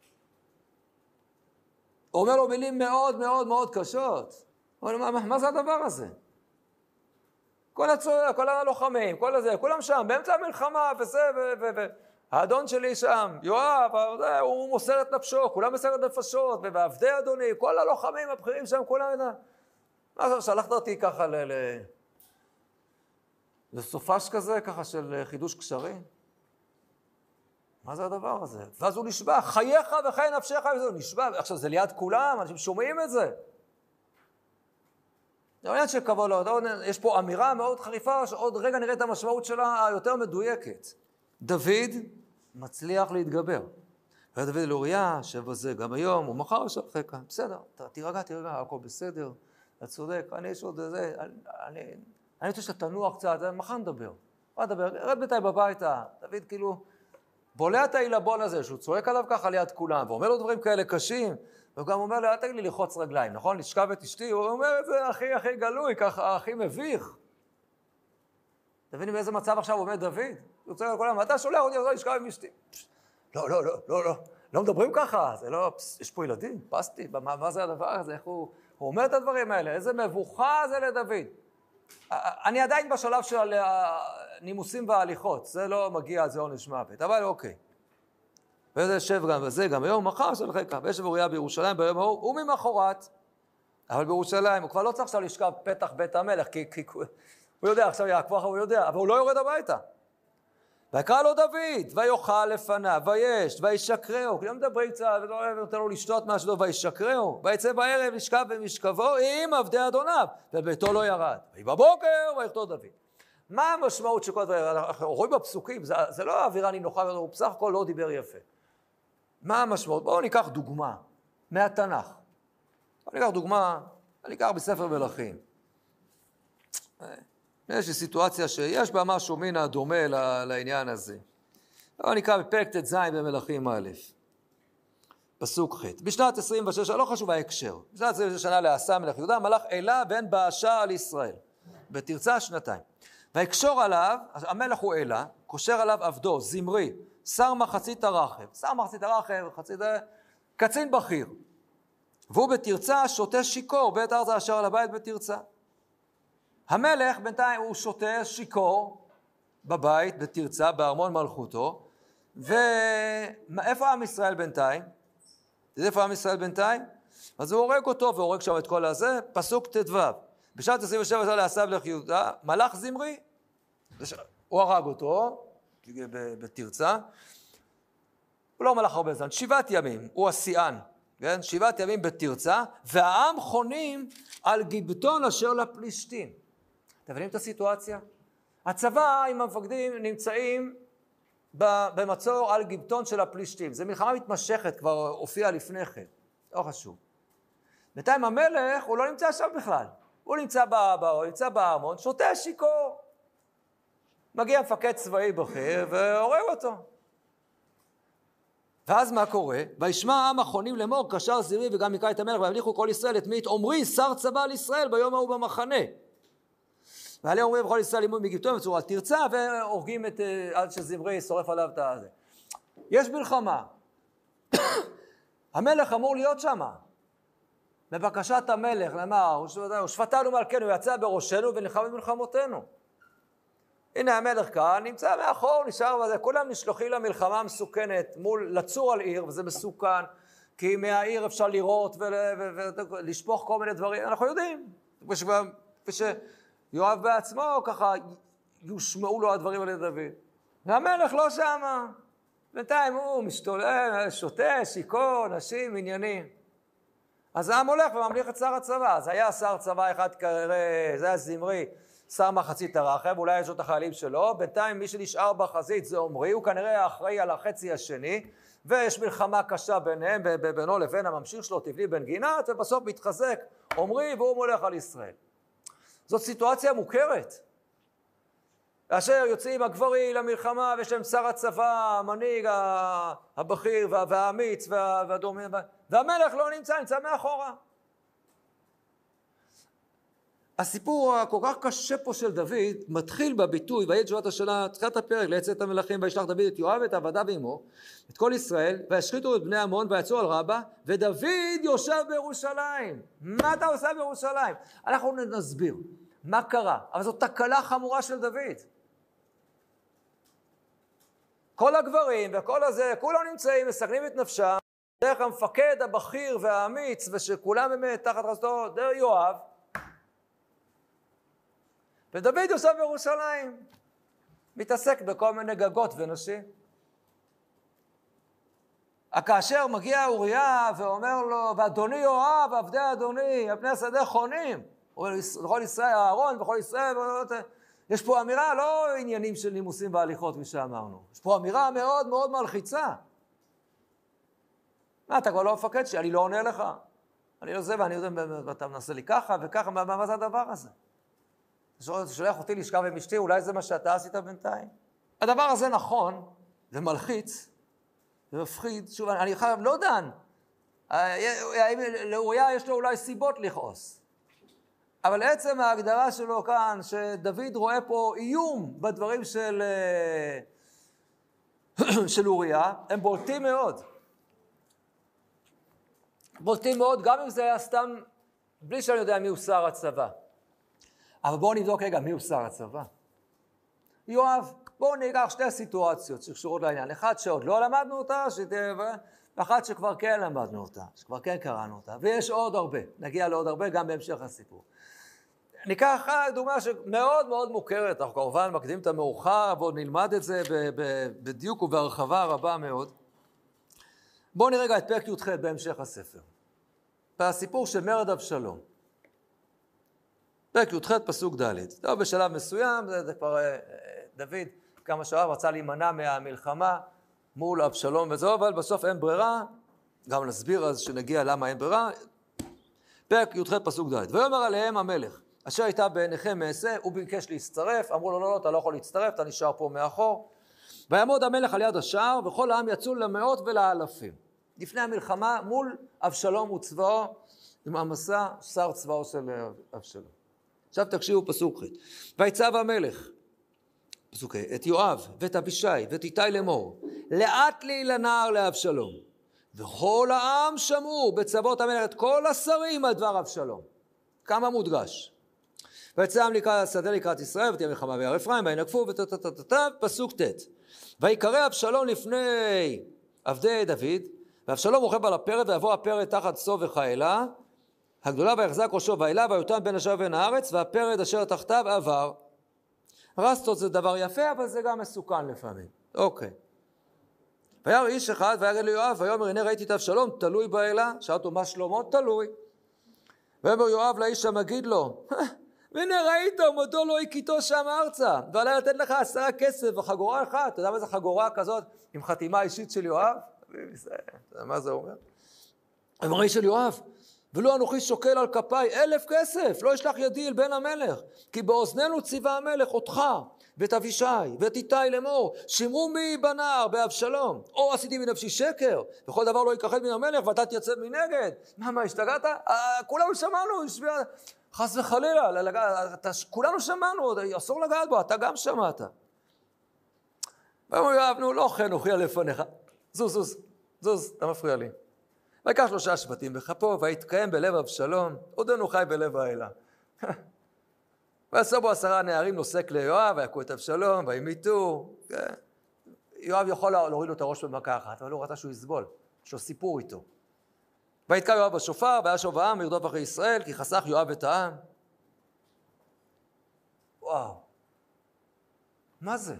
הוא אומר לו מילים מאוד מאוד מאוד קשות. הוא אומר, מה, מה זה הדבר הזה? כל הצורה, כל הלוחמים, כל הזה, כולם שם, באמצע המלחמה, וזה, ו... ו, ו האדון שלי שם, יואב, הוא מוסר את נפשו, כולם מסר את נפשות, ועבדי אדוני, כל הלוחמים הבכירים שם, כולם... מה זה, שלחת אותי ככה ל... לסופש כזה, ככה של חידוש קשרים? מה זה הדבר הזה? ואז הוא נשבע, חייך וחיי נפשך, וזה נשבע, עכשיו זה ליד כולם, אנשים שומעים את זה. זה עניין של כבוד, יש פה אמירה מאוד חריפה, שעוד רגע נראה את המשמעות שלה היותר מדויקת. דוד מצליח להתגבר. ודוד אל אוריה, שב בזה גם היום, הוא מחר יושב אחרי כאן. בסדר, תירגע, תירגע, הכל בסדר, אתה צודק, אני יש עוד איזה, אני, אני רוצה שאתה תנוח קצת, מחר נדבר. מה נדבר? רד ביתי בביתה. דוד כאילו, בולע את העילבון הזה, שהוא צועק עליו ככה ליד כולם, ואומר לו דברים כאלה קשים, והוא גם אומר לו, אל תגיד לי לחוץ רגליים, נכון? לשכב את אשתי, הוא אומר את זה הכי הכי גלוי, ככה הכי מביך. תביני באיזה מצב עכשיו עומד דוד? הוא צועק על כולם, אתה שולח אותי, אני לשכב עם אשתי. לא, לא, לא, לא, לא, לא מדברים ככה, זה לא, יש פה ילדים, פסתי, מה, מה זה הדבר הזה, איך הוא, הוא אומר את הדברים האלה, איזה מבוכה זה לדוד. אני עדיין בשלב של הנימוסים וההליכות, זה לא מגיע, זה עונש מוות, אבל אוקיי. וזה ישב גם וזה, גם היום, מחר של חיקה, וישב אוריה בירושלים ביום ההוא, הוא ממחרת, אבל בירושלים, הוא כבר לא צריך עכשיו לשכב פתח בית המלך, כי, כי הוא יודע, עכשיו יעקב אחר הוא יודע, אבל הוא לא יורד הביתה. ויקרא לו דוד, ויאכל לפניו, וישת, וישקרהו, כי לא מדברים קצת, ולא נותן לו לשתות משהו, וישקרהו, ויצא בערב, ישכב במשכבו עם עבדי אדוניו, וביתו לא ירד. ובבוקר, ויכתוב דוד. מה המשמעות של כל הדברים? אנחנו רואים בפסוקים, זה, זה לא אווירה נינוחה, הוא בסך הכל לא דיבר יפה. מה המשמעות? בואו ניקח דוגמה מהתנ"ך. בואו ניקח דוגמה, אני אקח בספר מלכים. יש לי סיטואציה שיש בה משהו מן הדומה לעניין הזה. בואו נקרא בפרק ט"ז במלכים א', פסוק ח'. בשנת עשרים ושש, לא חשוב ההקשר, בשנת עשרים ושש שנה לעשה מלך יהודה, מלך אלה בן באשה על ישראל, בתרצה שנתיים. והקשור עליו, המלך הוא אלה, קושר עליו עבדו, זמרי, שר מחצית הרחב, שר מחצית הרחב, חצית, קצין בכיר. והוא בתרצה שותה שיקור, בית ארצה אשר על הבית בתרצה. המלך בינתיים הוא שותה שיקור בבית, בתרצה, בארמון מלכותו, ואיפה עם ישראל בינתיים? איפה עם ישראל בינתיים? אז הוא הורג אותו והורג שם את כל הזה, פסוק ט"ו. בשנת עשרים ושבע שנה לעשה מלך יהודה, מלך זמרי, הוא הרג אותו בתרצה, הוא לא מלך הרבה זמן, שבעת ימים, הוא השיאן, כן? שבעת ימים בתרצה, והעם חונים על גיבטון אשר לפלישתים. אתם מבינים את הסיטואציה? הצבא עם המפקדים נמצאים במצור על גיבטון של הפלישתים. זו מלחמה מתמשכת, כבר הופיעה לפני כן, לא חשוב. בינתיים המלך הוא לא נמצא שם בכלל. הוא נמצא בארמון, נמצא בארמון, שותה שיקור. מגיע מפקד צבאי בכיר והורג אותו. ואז מה קורה? וישמע העם החונים לאמור, קשר זמרי וגם היכה את המלך, וימליכו כל ישראל את מי? את עמרי, שר צבא על ישראל ביום ההוא במחנה. ועלי עמרי וכל ישראל לימוד מגיבטון בצורה תרצה, והורגים את עד שזמרי שורף עליו את הזה. יש מלחמה. המלך אמור להיות שם. בבקשת המלך, נאמר, ושפטנו מלכנו, יצא בראשנו ונלחם במלחמותינו. הנה המלך כאן, נמצא מאחור, נשאר בזה, כולם נשלוחים למלחמה מסוכנת, מול לצור על עיר, וזה מסוכן, כי מהעיר אפשר לראות ולשפוך כל מיני דברים, אנחנו יודעים, ושיואב בעצמו ככה יושמעו לו הדברים על ידי דוד. והמלך לא שמה, בינתיים הוא משתולל, שותה, שיקור, נשים, עניינים. אז העם הולך וממליך את שר הצבא, אז היה שר צבא אחד כנראה, זה היה זמרי, שר מחצית הרחב, אולי יש לו את החיילים שלו, בינתיים מי שנשאר בחזית זה עמרי, הוא כנראה אחראי על החצי השני, ויש מלחמה קשה ביניהם, בינו לבין הממשיך שלו, תבלי בן גינת, ובסוף מתחזק עמרי והוא מולך על ישראל. זאת סיטואציה מוכרת. כאשר יוצאים הגברים למלחמה, ויש להם שר הצבא, המנהיג הבכיר והאמיץ והדומה, והמלך לא נמצא, נמצא מאחורה. הסיפור הכל כך קשה פה של דוד מתחיל בביטוי, ויהי תשובת השנה, תחילת הפרק, לצאת המלכים, וישלח דוד את יואב ואת עבדיו עמו, את כל ישראל, וישחיתו את בני עמון, ויצאו על רבה, ודוד יושב בירושלים. מה אתה עושה בירושלים? אנחנו נסביר מה קרה, אבל זאת תקלה חמורה של דוד. כל הגברים וכל הזה, כולם נמצאים, מסכנים את נפשם, דרך המפקד הבכיר והאמיץ, ושכולם באמת תחת חסדו, דרך יואב, ודוד יושב בירושלים, מתעסק בכל מיני גגות ונשים. כאשר מגיע אוריה ואומר לו, ואדוני יואב, עבדי אדוני, על פני השדה חונים, וכל ישראל הארון וכל ישראל, יש פה אמירה, לא עניינים של נימוסים והליכות, מי שאמרנו. יש פה אמירה מאוד מאוד מלחיצה. מה, אתה כבר לא מפקד שלי, אני לא עונה לך. אני לא זה, ואני יודע, ואתה מנסה לי ככה וככה, מה, מה זה הדבר הזה? אתה שולח אותי לשכב עם אשתי, אולי זה מה שאתה עשית בינתיים? הדבר הזה נכון, זה מלחיץ, זה מפחיד. שוב, אני חייב, לא דן. לאוריה יש לו אולי סיבות לכעוס. אבל עצם ההגדרה שלו כאן, שדוד רואה פה איום בדברים של, של אוריה, הם בולטים מאוד. בולטים מאוד, גם אם זה היה סתם, בלי שאני יודע מי הוא שר הצבא. אבל בואו נבדוק רגע מי הוא שר הצבא. יואב, בואו ניקח שתי סיטואציות שקשורות לעניין. אחד שעוד לא למדנו אותה, ואחת שכבר כן למדנו אותה, שכבר כן קראנו אותה. ויש עוד הרבה, נגיע לעוד הרבה גם בהמשך הסיפור. ניקח דוגמה שמאוד מאוד מוכרת, אנחנו כמובן מקדים את המאוחר, בואו נלמד את זה בדיוק ובהרחבה רבה מאוד. בואו נראה רגע את פרק י"ח בהמשך הספר. והסיפור של מרד אבשלום. פרק י"ח פסוק ד'. טוב, בשלב מסוים, זה, זה כבר דוד כמה שעה רצה להימנע מהמלחמה מול אבשלום וזהו, אבל בסוף אין ברירה, גם נסביר אז שנגיע למה אין ברירה. פרק י"ח פסוק ד'. ויאמר עליהם המלך, אשר הייתה בעיניכם מעשה, הוא ביקש להצטרף, אמרו לו לא, לא, אתה לא יכול להצטרף, אתה נשאר פה מאחור. ויעמוד המלך על יד השער, וכל העם יצאו למאות ולאלפים. לפני המלחמה מול אבשלום וצבאו, עם המסע שר צבאו של אבשלום. עכשיו תקשיבו פסוק ח'. ויצב המלך, פסוק ה', את יואב ואת אבישי ואת איתי לאמור, לאט לי לנער לאבשלום. וכל העם שמעו בצוות המלך את כל השרים על דבר אבשלום. כמה מודגש. ויצא העם לקראת השדה לקראת ישראל, ותהיה מלחמה ביער אפרים, וינגפו ותתתתתת, פסוק ט'. ויקרא אבשלום לפני עבדי דוד, ואבשלום רוכב על הפרד, ויבוא הפרד תחת סוב וחיילה, הגדולה ויחזק ראשו ואלה, ויותם בין השער ובין הארץ, והפרד אשר תחתיו עבר. רסטות זה דבר יפה, אבל זה גם מסוכן לפעמים. אוקיי. וירא איש אחד, ויגד ליואב, ויאמר הנה ראיתי את אבשלום, תלוי באלה, שאל אותו מה שלמה? תלוי. ויאמר יואב לאיש המגיד לו, והנה ראית, ומדוע לא הכיתו שם ארצה, ועלי לתת לך עשרה כסף וחגורה אחת. אתה יודע מה זה חגורה כזאת עם חתימה אישית של יואב? אתה יודע מה זה אומר? אמרי של יואב, ולא אנוכי שוקל על כפיי אלף כסף, לא ישלח ידי אל בן המלך, כי באוזננו ציווה המלך אותך, ואת אבישי, ואת איתי לאמור, שמעו מי בנער באבשלום, או עשיתי מנפשי שקר, וכל דבר לא ייכחד מן המלך, ואתה תייצב מנגד. מה, מה, השתגעת? כולנו שמענו, חס וחלילה, כולנו שמענו, אסור לגעת בו, אתה גם שמעת. ואמרו יואב, נו, לא כן, אוכיע לפניך. זוז, זוז, זוז, אתה מפריע לי. ויקח שלושה שבטים בכפו, והתקיים בלב אבשלום, עודנו חי בלב האלה. ועשו בו עשרה נערים נוסק ליואב, ויקו את אבשלום, והמיתו. יואב יכול להוריד לו את הראש במכה אחת, אבל הוא רצה שהוא יסבול, יש לו סיפור איתו. ויתקע יואב בשופר, וישוב העם ירדוף אחרי ישראל, כי חסך יואב את העם. וואו, מה זה?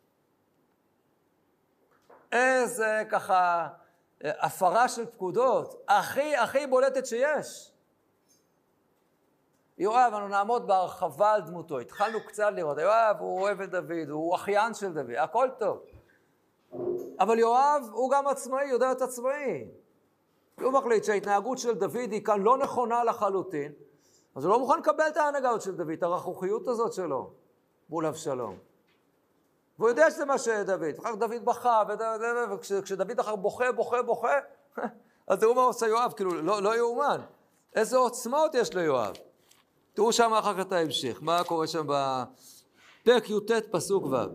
איזה ככה הפרה של פקודות, הכי הכי בולטת שיש. יואב, אנו נעמוד בהרחבה על דמותו, התחלנו קצת לראות, יואב הוא אוהב את דוד, הוא אחיין של דוד, הכל טוב. אבל יואב הוא גם עצמאי, יודע את עצמאי. הוא מחליט שההתנהגות של דוד היא כאן לא נכונה לחלוטין, אז הוא לא מוכן לקבל את ההנהגות של דוד, את הרכוכיות הזאת שלו, מול אבשלום. והוא יודע שזה מה שדוד, אחר דוד בכה, וכשדוד אחר בוכה, בוכה, בוכה, אז תראו מה עושה יואב, כאילו לא, לא יאומן. איזה עוצמות יש ליואב. תראו שם אחר כך את ההמשך, מה קורה שם בפרק י"ט פסוק ו'.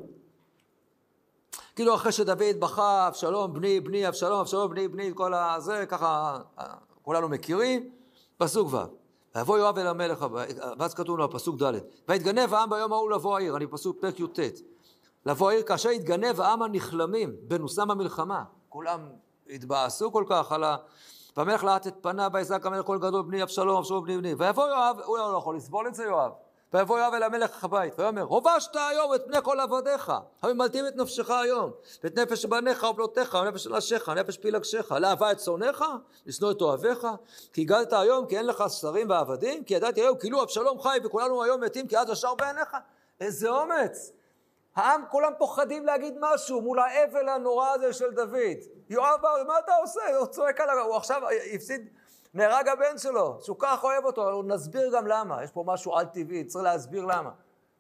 כאילו אחרי שדוד בכה, אבשלום, בני, בני, אבשלום, אבשלום, בני, בני, כל הזה, ככה כולנו מכירים, פסוק ו'. ויבוא יואב אל המלך, ואז כתוב לו פסוק ד'. והתגנב העם ביום ההוא לבוא העיר, אני פסוק פרק י"ט. לבוא העיר כאשר התגנב העם הנכלמים, בנוסם המלחמה. כולם התבאסו כל כך על ה... והמלך לאט את פניו, ויזעק המלך קול גדול, בני אבשלום, אבשלום בני בני. ויבוא יואב, הוא לא יכול לסבול את זה יואב. ויבוא יואב אל המלך הבית, ויאמר, הובשת היום את פני כל עבדיך, הממלטים את נפשך היום, ואת נפש בניך ובנותיך, ונפש אנשיך, נפש פילגשך, לאהבה את שונאיך, לשנוא את אוהביך, כי הגלת היום, כי אין לך שרים ועבדים, כי ידעתי היום, כאילו אבשלום חי, וכולנו היום מתים, כי אז ישר בעיניך. איזה אומץ! העם כולם פוחדים להגיד משהו מול האבל הנורא הזה של דוד. יואב, מה אתה עושה? הוא צועק עליו, הוא עכשיו הפסיד, נהרג הבן שלו, שהוא כך אוהב אותו, הוא נסביר גם למה, יש פה משהו על טבעי, צריך להסביר למה.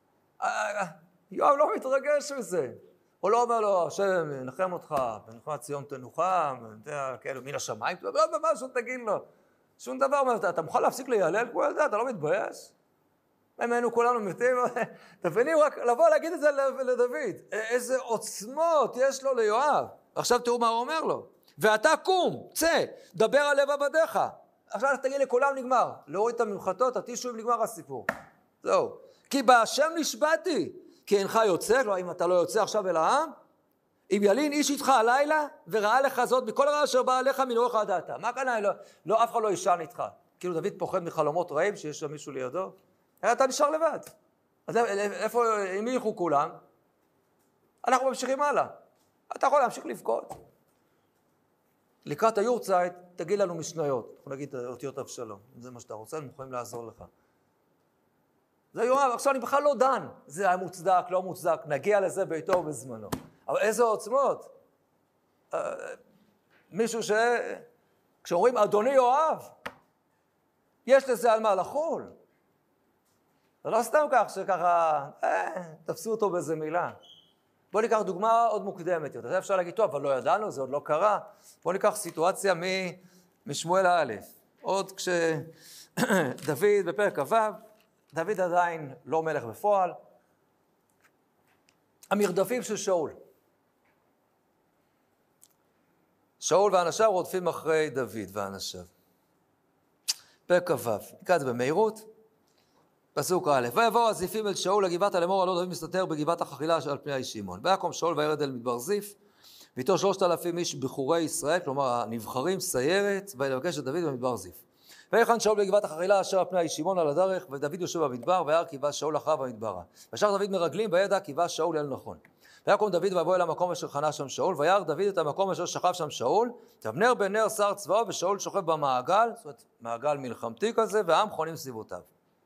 יואב לא מתרגש מזה. הוא לא אומר לו, השם ינחם אותך, בנחמת ציון תנוחם, כאילו, מן השמיים, לא משהו תגיד לו. שום דבר, אתה מוכן להפסיק להיעלל כמו ילדה, אתה לא מתבייש? ממנו כולנו מתים, תבינים רק לבוא להגיד את זה לדוד. איזה עוצמות יש לו ליואב. עכשיו תראו מה הוא אומר לו. ואתה קום, צא, דבר על לב עבדיך. עכשיו תגיד לכולם נגמר. להוריד את הממחטות, התישו אם נגמר הסיפור. זהו. כי בהשם נשבעתי. כי אינך יוצא, לא, אם אתה לא יוצא עכשיו אל העם, אם ילין איש איתך הלילה, וראה לך זאת מכל הרע אשר בא עליך מנורך הדעת. מה כאן? לא, לא, אף אחד לא ישן איתך. כאילו דוד פוחד מחלומות רעים שיש שם מישהו לידו. אתה נשאר לבד. אז איפה, עם מי ילכו כולם? אנחנו ממשיכים הלאה. אתה יכול להמשיך לבכות. לקראת היורצייט, תגיד לנו משניות. אנחנו נגיד אותיות אבשלום. אם זה מה שאתה רוצה, אנחנו יכולים לעזור לך. זה יואב, עכשיו אני בכלל לא דן. זה היה מוצדק, לא מוצדק. נגיע לזה ביתו ובזמנו. אבל איזה עוצמות? מישהו ש... כשאומרים, אדוני יואב, יש לזה על מה לחול. זה לא סתם כך שככה, אה, תפסו אותו באיזה מילה. בואו ניקח דוגמה עוד מוקדמת יותר. זה אפשר להגיד, טוב, אבל לא ידענו, זה עוד לא קרה. בואו ניקח סיטואציה מ... משמואל א', עוד כשדוד בפרק כ"ו, דוד עדיין לא מלך בפועל. המרדפים של שאול. שאול ואנשיו רודפים אחרי דוד ואנשיו. פרק כ"ו, נקרא את זה במהירות. פסוק א', ויבואו הזיפים אל שאול לגבעת לאמור, הלא דוד מסתתר בגבעת החכילה שעל פני הישימון. ויקום שאול וירד אל מדבר זיף, ואיתו שלושת אלפים איש בחורי ישראל, כלומר הנבחרים, סיירת, ויבקש את דוד במדבר זיף. ויחן שאול בגבעת החכילה אשר על פני הישימון על הדרך, ודוד יושב במדבר, וירא כי בא שאול אחריו במדברה. וישר דוד מרגלים, וידע כי בא שאול אל נכון. ויקום דוד ויבוא אל המקום אשר חנה שם שאול, וירא דוד את המקום אשר שכב שם שאול, אבנר בן נר שר צבאו, ושאול שוכב במעגל, זאת אומרת, מעגל מלחמתי כזה, והעם חונים סביבותיו.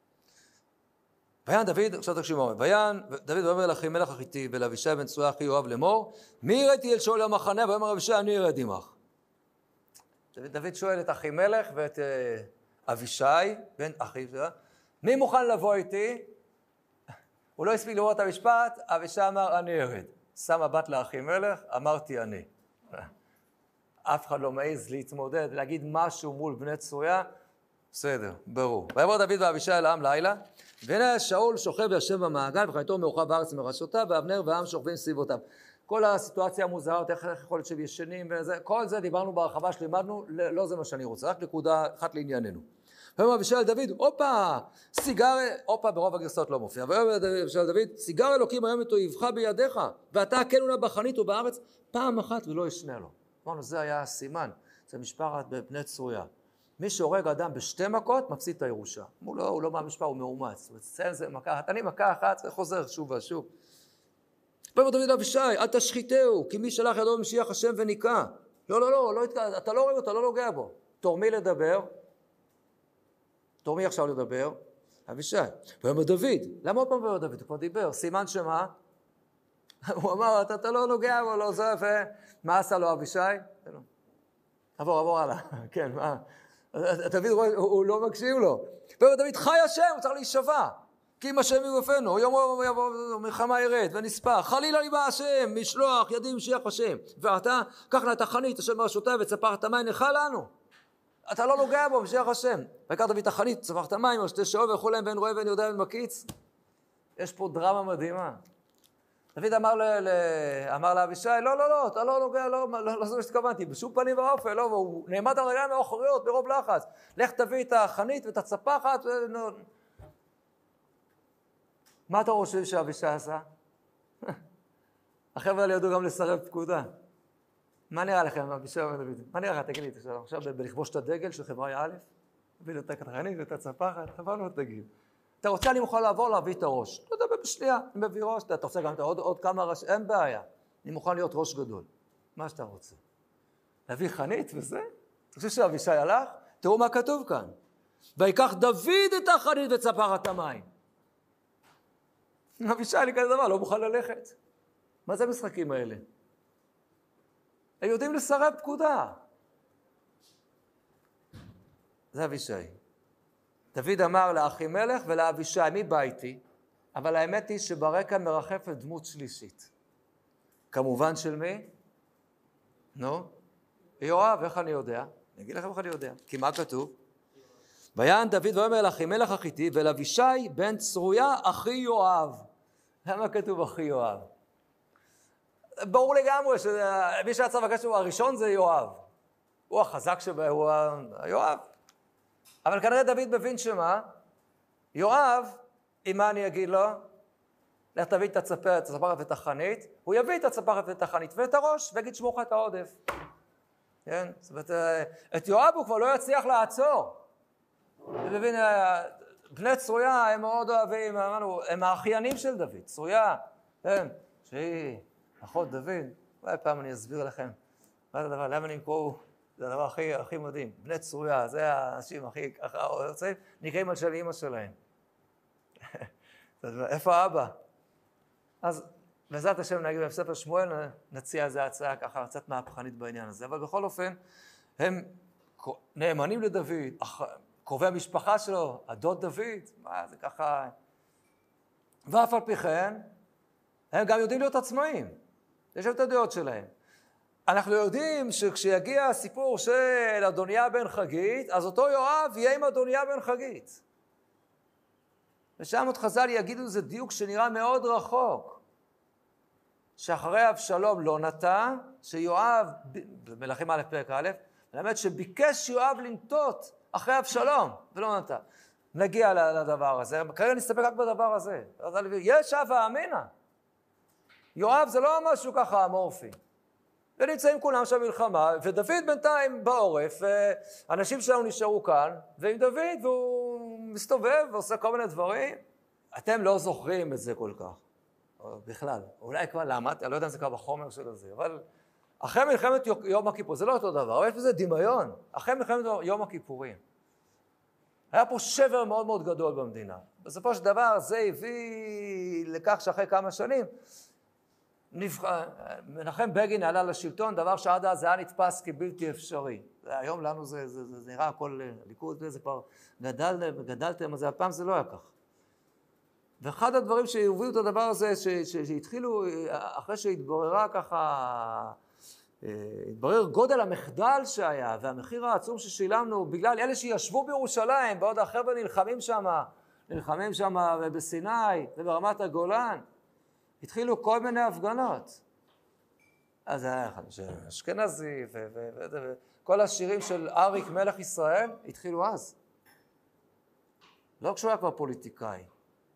ויען דוד, עכשיו תקשיב מה אומר, ויען דוד ואומר לאחימלך החיתי ולאבישי בן צרויה אחי יואב לאמור, מי הראיתי אל שאול למחנה? ואומר אבישי, אני ארד עמך. דוד שואל את אחימלך ואת אבישי, בן אחי, מי מוכן לבוא איתי? הוא לא הספיק לראות את המשפט, אבישי אמר, אני ארד. שם מבט לאחימלך, אמרתי אני. אף אחד לא מעז להתמודד, להגיד משהו מול בני צרויה, בסדר, ברור. ויבוא דוד ואבישי אל העם לילה, והנה שאול שוכב וישב במעגל, וחניתו מאורחיו בארץ מראשותיו, ואבנר והעם שוכבים סביבותיו. כל הסיטואציה המוזרה, איך יכול להיות שהם ישנים, וזה, כל זה דיברנו בהרחבה שלימדנו, לא זה מה שאני רוצה, רק נקודה אחת לענייננו. ויאמר אבישי אל דוד, הופה, סיגר, הופה ברוב הגרסאות לא מופיע, ויאמר אבישי אל דוד, סיגר אלוקים היום את אויבך בידיך, ואתה הכנו לה בחנית ובארץ פעם אחת ולא ישנה לו. אמרנו, זה היה הסימן, זה משפחת בבני צרויה. מי שהורג אדם בשתי מכות, מפסיד את הירושה. הוא לא, הוא לא מהמשפחה, הוא מאומץ. זה מכה אחת, אני מכה אחת, זה חוזר שוב ושוב. ואומר דוד לאבישי, אל תשחיתהו, כי מי שלח ידו במשיח השם וניקה. לא, לא, לא, לא, אתה לא הורג אותו, לא נוגע בו. תורמי לדבר, תורמי עכשיו לדבר, אבישי. ואומר דוד, למה עוד פעם ואומר דוד? הוא כבר דיבר, סימן שמה? הוא אמר, אתה, אתה לא נוגע בו, לא זה, ומה עשה לו אבישי? עבור, עבור הלאה, כן, מה? דוד רואה, הוא לא מקשיב לו. ואומר דוד, חי השם, הוא צריך להישבע. כי אם השם יגופנו, יום יבוא מלחמה ירד ונספר, חלילה לי בא השם, משלוח ידים משיח השם. ואתה, קח נא את החנית, השם בראשותיו, וצפח את המים, נכה לנו. אתה לא נוגע בו, משיח השם. ויקח דוד את החנית, צפח את המים, שתי שאול וילכו להם בין רואה ואין יודע ואין מקיץ. יש פה דרמה מדהימה. דוד אמר, ל, אמר לאבישי, לא, לא, לא, אתה לא נוגע, לא, לא, לא זה מה שתכוונתי, בשום פנים ואופן, לא, והוא נעמד על רגליים האחוריות ברוב לחץ. לך תביא את החנית ואת הצפחת, ו... מה אתה חושב שאבישי עשה? החבר'ה האלה ידעו גם לסרב פקודה. מה נראה לכם, אבישי אומר דוד? מה נראה לך, תגיד לי, עכשיו בלכבוש את הדגל של חברה א', תביא את החנית ואת הצפחת, חבל לא תגיד. אתה רוצה, אני מוכן לעבור להביא את הראש. לא יודע, בשנייה, אני מביא ראש, אתה רוצה גם עוד, עוד כמה ראש, אין בעיה. אני מוכן להיות ראש גדול. מה שאתה רוצה. להביא חנית וזה? אתה חושב שאבישי הלך? תראו מה כתוב כאן. ויקח דוד את החנית וצפח את המים. אבישי לי כזה דבר, לא מוכן ללכת. מה זה המשחקים האלה? הם יודעים לסרב פקודה. זה אבישי. דוד אמר לאחימלך ולאבישי, מי בא איתי? אבל האמת היא שברקע מרחפת דמות שלישית. כמובן של מי? נו? יואב, איך אני יודע? אני אגיד לכם איך אני יודע. כי מה כתוב? ויען דוד ואומר לאחימלך החיתי ולאבישי בן צרויה אחי יואב. למה כתוב אחי יואב? ברור לגמרי שמי שיצא בקש הוא הראשון זה יואב. הוא החזק שבא, הוא יואב. אבל כנראה דוד מבין שמה? יואב, אם מה אני אגיד לו? לך תביא את הצפחת ואת החנית, הוא יביא את הצפחת ואת החנית ואת הראש, ויגיד שמוך את העודף. כן? זאת אומרת, את יואב הוא כבר לא יצליח לעצור. מבין, בני צרויה הם מאוד אוהבים, אמרנו, הם האחיינים של דוד. צרויה, כן, שהיא אחות דוד. אולי פעם אני אסביר לכם מה זה הדבר, למה נמכרו, זה הדבר הכי, הכי מדהים. בני צרויה, זה האנשים הכי ככה רוצים, נקראים על של אמא שלהם. איפה האבא? אז בעזרת השם נגיד בספר שמואל נציע איזו הצעה ככה קצת מהפכנית בעניין הזה, אבל בכל אופן הם נאמנים לדוד, קרובי המשפחה שלו, הדוד דוד, מה זה ככה, ואף על פי כן הם גם יודעים להיות עצמאים, יש להם את הדעות שלהם. אנחנו יודעים שכשיגיע הסיפור של אדוניה בן חגית, אז אותו יואב יהיה עם אדוניה בן חגית. ושם עוד חז"ל יגידו זה דיוק שנראה מאוד רחוק. שאחרי אבשלום לא נטע, שיואב, במלכים א' פרק א', מלמד שביקש יואב לנטות אחרי אבשלום, ולא נטע. נגיע לדבר הזה, כרגע נסתפק רק בדבר הזה. יש הווה אמינה. יואב זה לא משהו ככה אמורפי. ונמצאים כולם שם מלחמה, ודוד בינתיים בעורף, אנשים שלנו נשארו כאן, ועם דוד, והוא מסתובב ועושה כל מיני דברים. אתם לא זוכרים את זה כל כך. בכלל, אולי כבר למדתי, אני לא יודע אם זה כבר בחומר של זה, אבל אחרי מלחמת יום הכיפור, זה לא אותו דבר, אבל יש בזה דמיון, אחרי מלחמת יום הכיפורים. היה פה שבר מאוד מאוד גדול במדינה. בסופו של דבר זה הביא לכך שאחרי כמה שנים, נבח... מנחם בגין עלה לשלטון, דבר שעד אז היה נתפס כבלתי אפשרי. היום לנו זה, זה, זה, זה נראה הכל, הליכוד זה כבר גדל, גדלתם, אז הפעם זה לא היה כך. ואחד הדברים שהובילו את הדבר הזה, ש, ש, שהתחילו, אחרי שהתבררה ככה, התברר גודל המחדל שהיה, והמחיר העצום ששילמנו, בגלל אלה שישבו בירושלים, בעוד החבר'ה נלחמים שם, נלחמים שם בסיני וברמת הגולן, התחילו כל מיני הפגנות. אז היה אשכנזי, וכל השירים של אריק מלך ישראל, התחילו אז. לא כשהוא היה כבר פוליטיקאי.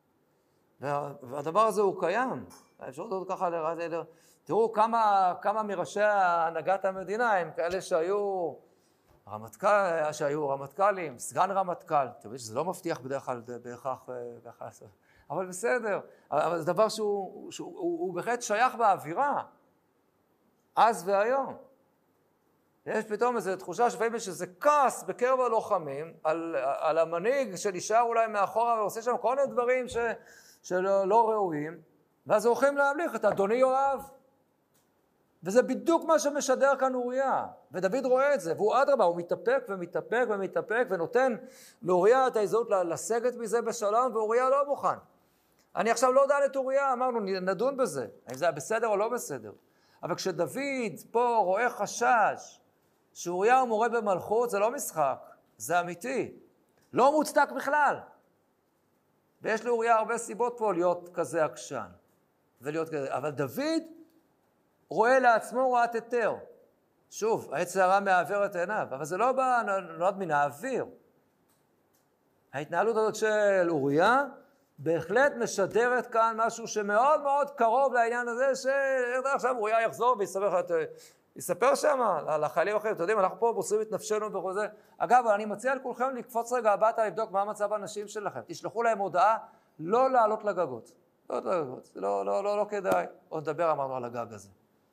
והדבר הזה הוא קיים. אפשר לראות ככה, תראו כמה, כמה מראשי הנהגת המדינה הם כאלה שהיו רמטכ"ל, שהיו רמטכ"לים, סגן רמטכ"ל. אתם יודעים שזה לא מבטיח בדרך כלל בהכרח ככה. אבל בסדר, אבל זה דבר שהוא, שהוא הוא, הוא בהחלט שייך באווירה, אז והיום. יש פתאום איזו תחושה שפעמים יש איזה כעס בקרב הלוחמים, על, על המנהיג שנשאר אולי מאחורה ועושה שם כל מיני דברים ש, שלא לא ראויים, ואז הולכים להמליך את אדוני יואב. וזה בדיוק מה שמשדר כאן אוריה, ודוד רואה את זה, והוא אדרבה, הוא מתאפק ומתאפק ומתאפק, ונותן לאוריה את ההזדמנות לסגת מזה בשלום, ואוריה לא מוכן. אני עכשיו לא דן את אוריה, אמרנו, נדון בזה, האם זה היה בסדר או לא בסדר. אבל כשדוד פה רואה חשש, שאוריה הוא מורה במלכות, זה לא משחק, זה אמיתי. לא מוצדק בכלל. ויש לאוריה הרבה סיבות פה להיות כזה עקשן, ולהיות כזה, אבל דוד רואה לעצמו רואת היתר. שוב, העץ הרע מעוור את עיניו, אבל זה לא בא, נולד מן האוויר. ההתנהלות הזאת של אוריה, בהחלט משדרת כאן משהו שמאוד מאוד קרוב לעניין הזה, שעכשיו אוריה יחזור ויספר, יספר שם לחיילים אחרים. אתם יודעים, אנחנו פה מוסרים את נפשנו וכל זה. אגב, אני מציע לכולכם לקפוץ רגע הביתה לבדוק מה מצב האנשים שלכם. תשלחו להם הודעה לא לעלות לגגות. לא לגגות, לא, לא, לא, לא כדאי. עוד נדבר, אמרנו על הגג הזה.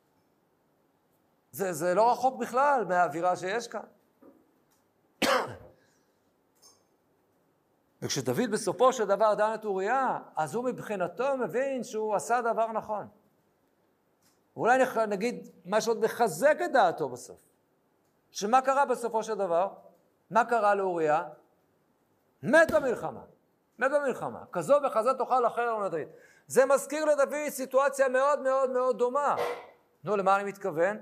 זה, זה לא רחוק בכלל מהאווירה שיש כאן. וכשדוד בסופו של דבר דן את אוריה, אז הוא מבחינתו מבין שהוא עשה דבר נכון. אולי נגיד מה שעוד מחזק את דעתו בסוף. שמה קרה בסופו של דבר? מה קרה לאוריה? מת במלחמה. מת במלחמה. כזו וכזו תאכל אחר לדוד. זה מזכיר לדוד סיטואציה מאוד מאוד מאוד דומה. נו, למה אני מתכוון?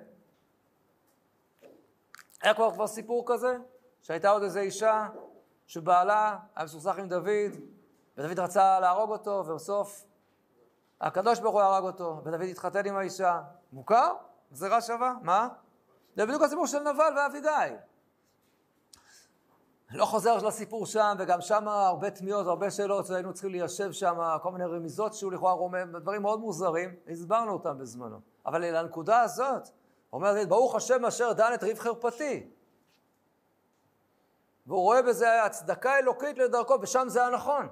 היה כבר כבר סיפור כזה, שהייתה עוד איזו אישה שבעלה היה מסוכסך עם דוד, ודוד רצה להרוג אותו, ובסוף הקדוש ברוך הוא הרג אותו, ודוד התחתן עם האישה. מוכר? גזירה שווה? מה? זה בדיוק הסיפור של נבל ואביגיל. לא חוזר לסיפור שם, וגם שם הרבה תמיהות, הרבה שאלות, שהיינו צריכים ליישב שם, כל מיני רמיזות שהוא לכאורה רומם, דברים מאוד מוזרים, הסברנו אותם בזמנו. אבל לנקודה הזאת, אומר דוד, ברוך השם אשר דן את ריב חרפתי. והוא רואה בזה הצדקה אלוקית לדרכו, ושם זה הנכון.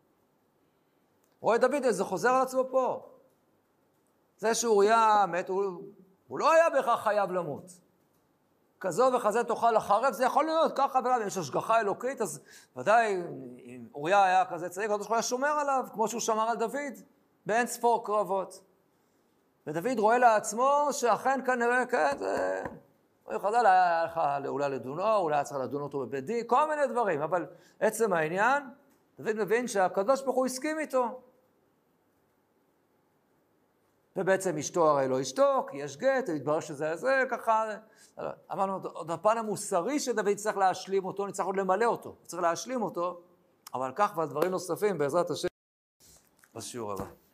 רואה דוד, זה חוזר על עצמו פה. זה שאוריה מת, הוא, הוא לא היה בכך חייב למות. כזו וכזה תאכל החרב, זה יכול להיות ככה, ולמה יש השגחה אלוקית, אז ודאי, אם אוריה היה כזה צדיק, הוא היה שומר עליו, כמו שהוא שמר על דוד, באין ספור קרבות. ודוד רואה לעצמו שאכן כנראה, כן, זה... הוא חז"ל היה לך אולי לדונו, אולי היה צריך לדון אותו בבית דין, כל מיני דברים, אבל עצם העניין, דוד מבין שהקדוש ברוך הוא הסכים איתו. ובעצם אשתו הרי לא אשתו, כי יש גט, התברר שזה זה, ככה, אמרנו, עוד הפן המוסרי שדוד צריך להשלים אותו, נצטרך עוד למלא אותו, צריך להשלים אותו, אבל כך ועל דברים נוספים, בעזרת השם, בשיעור הבא.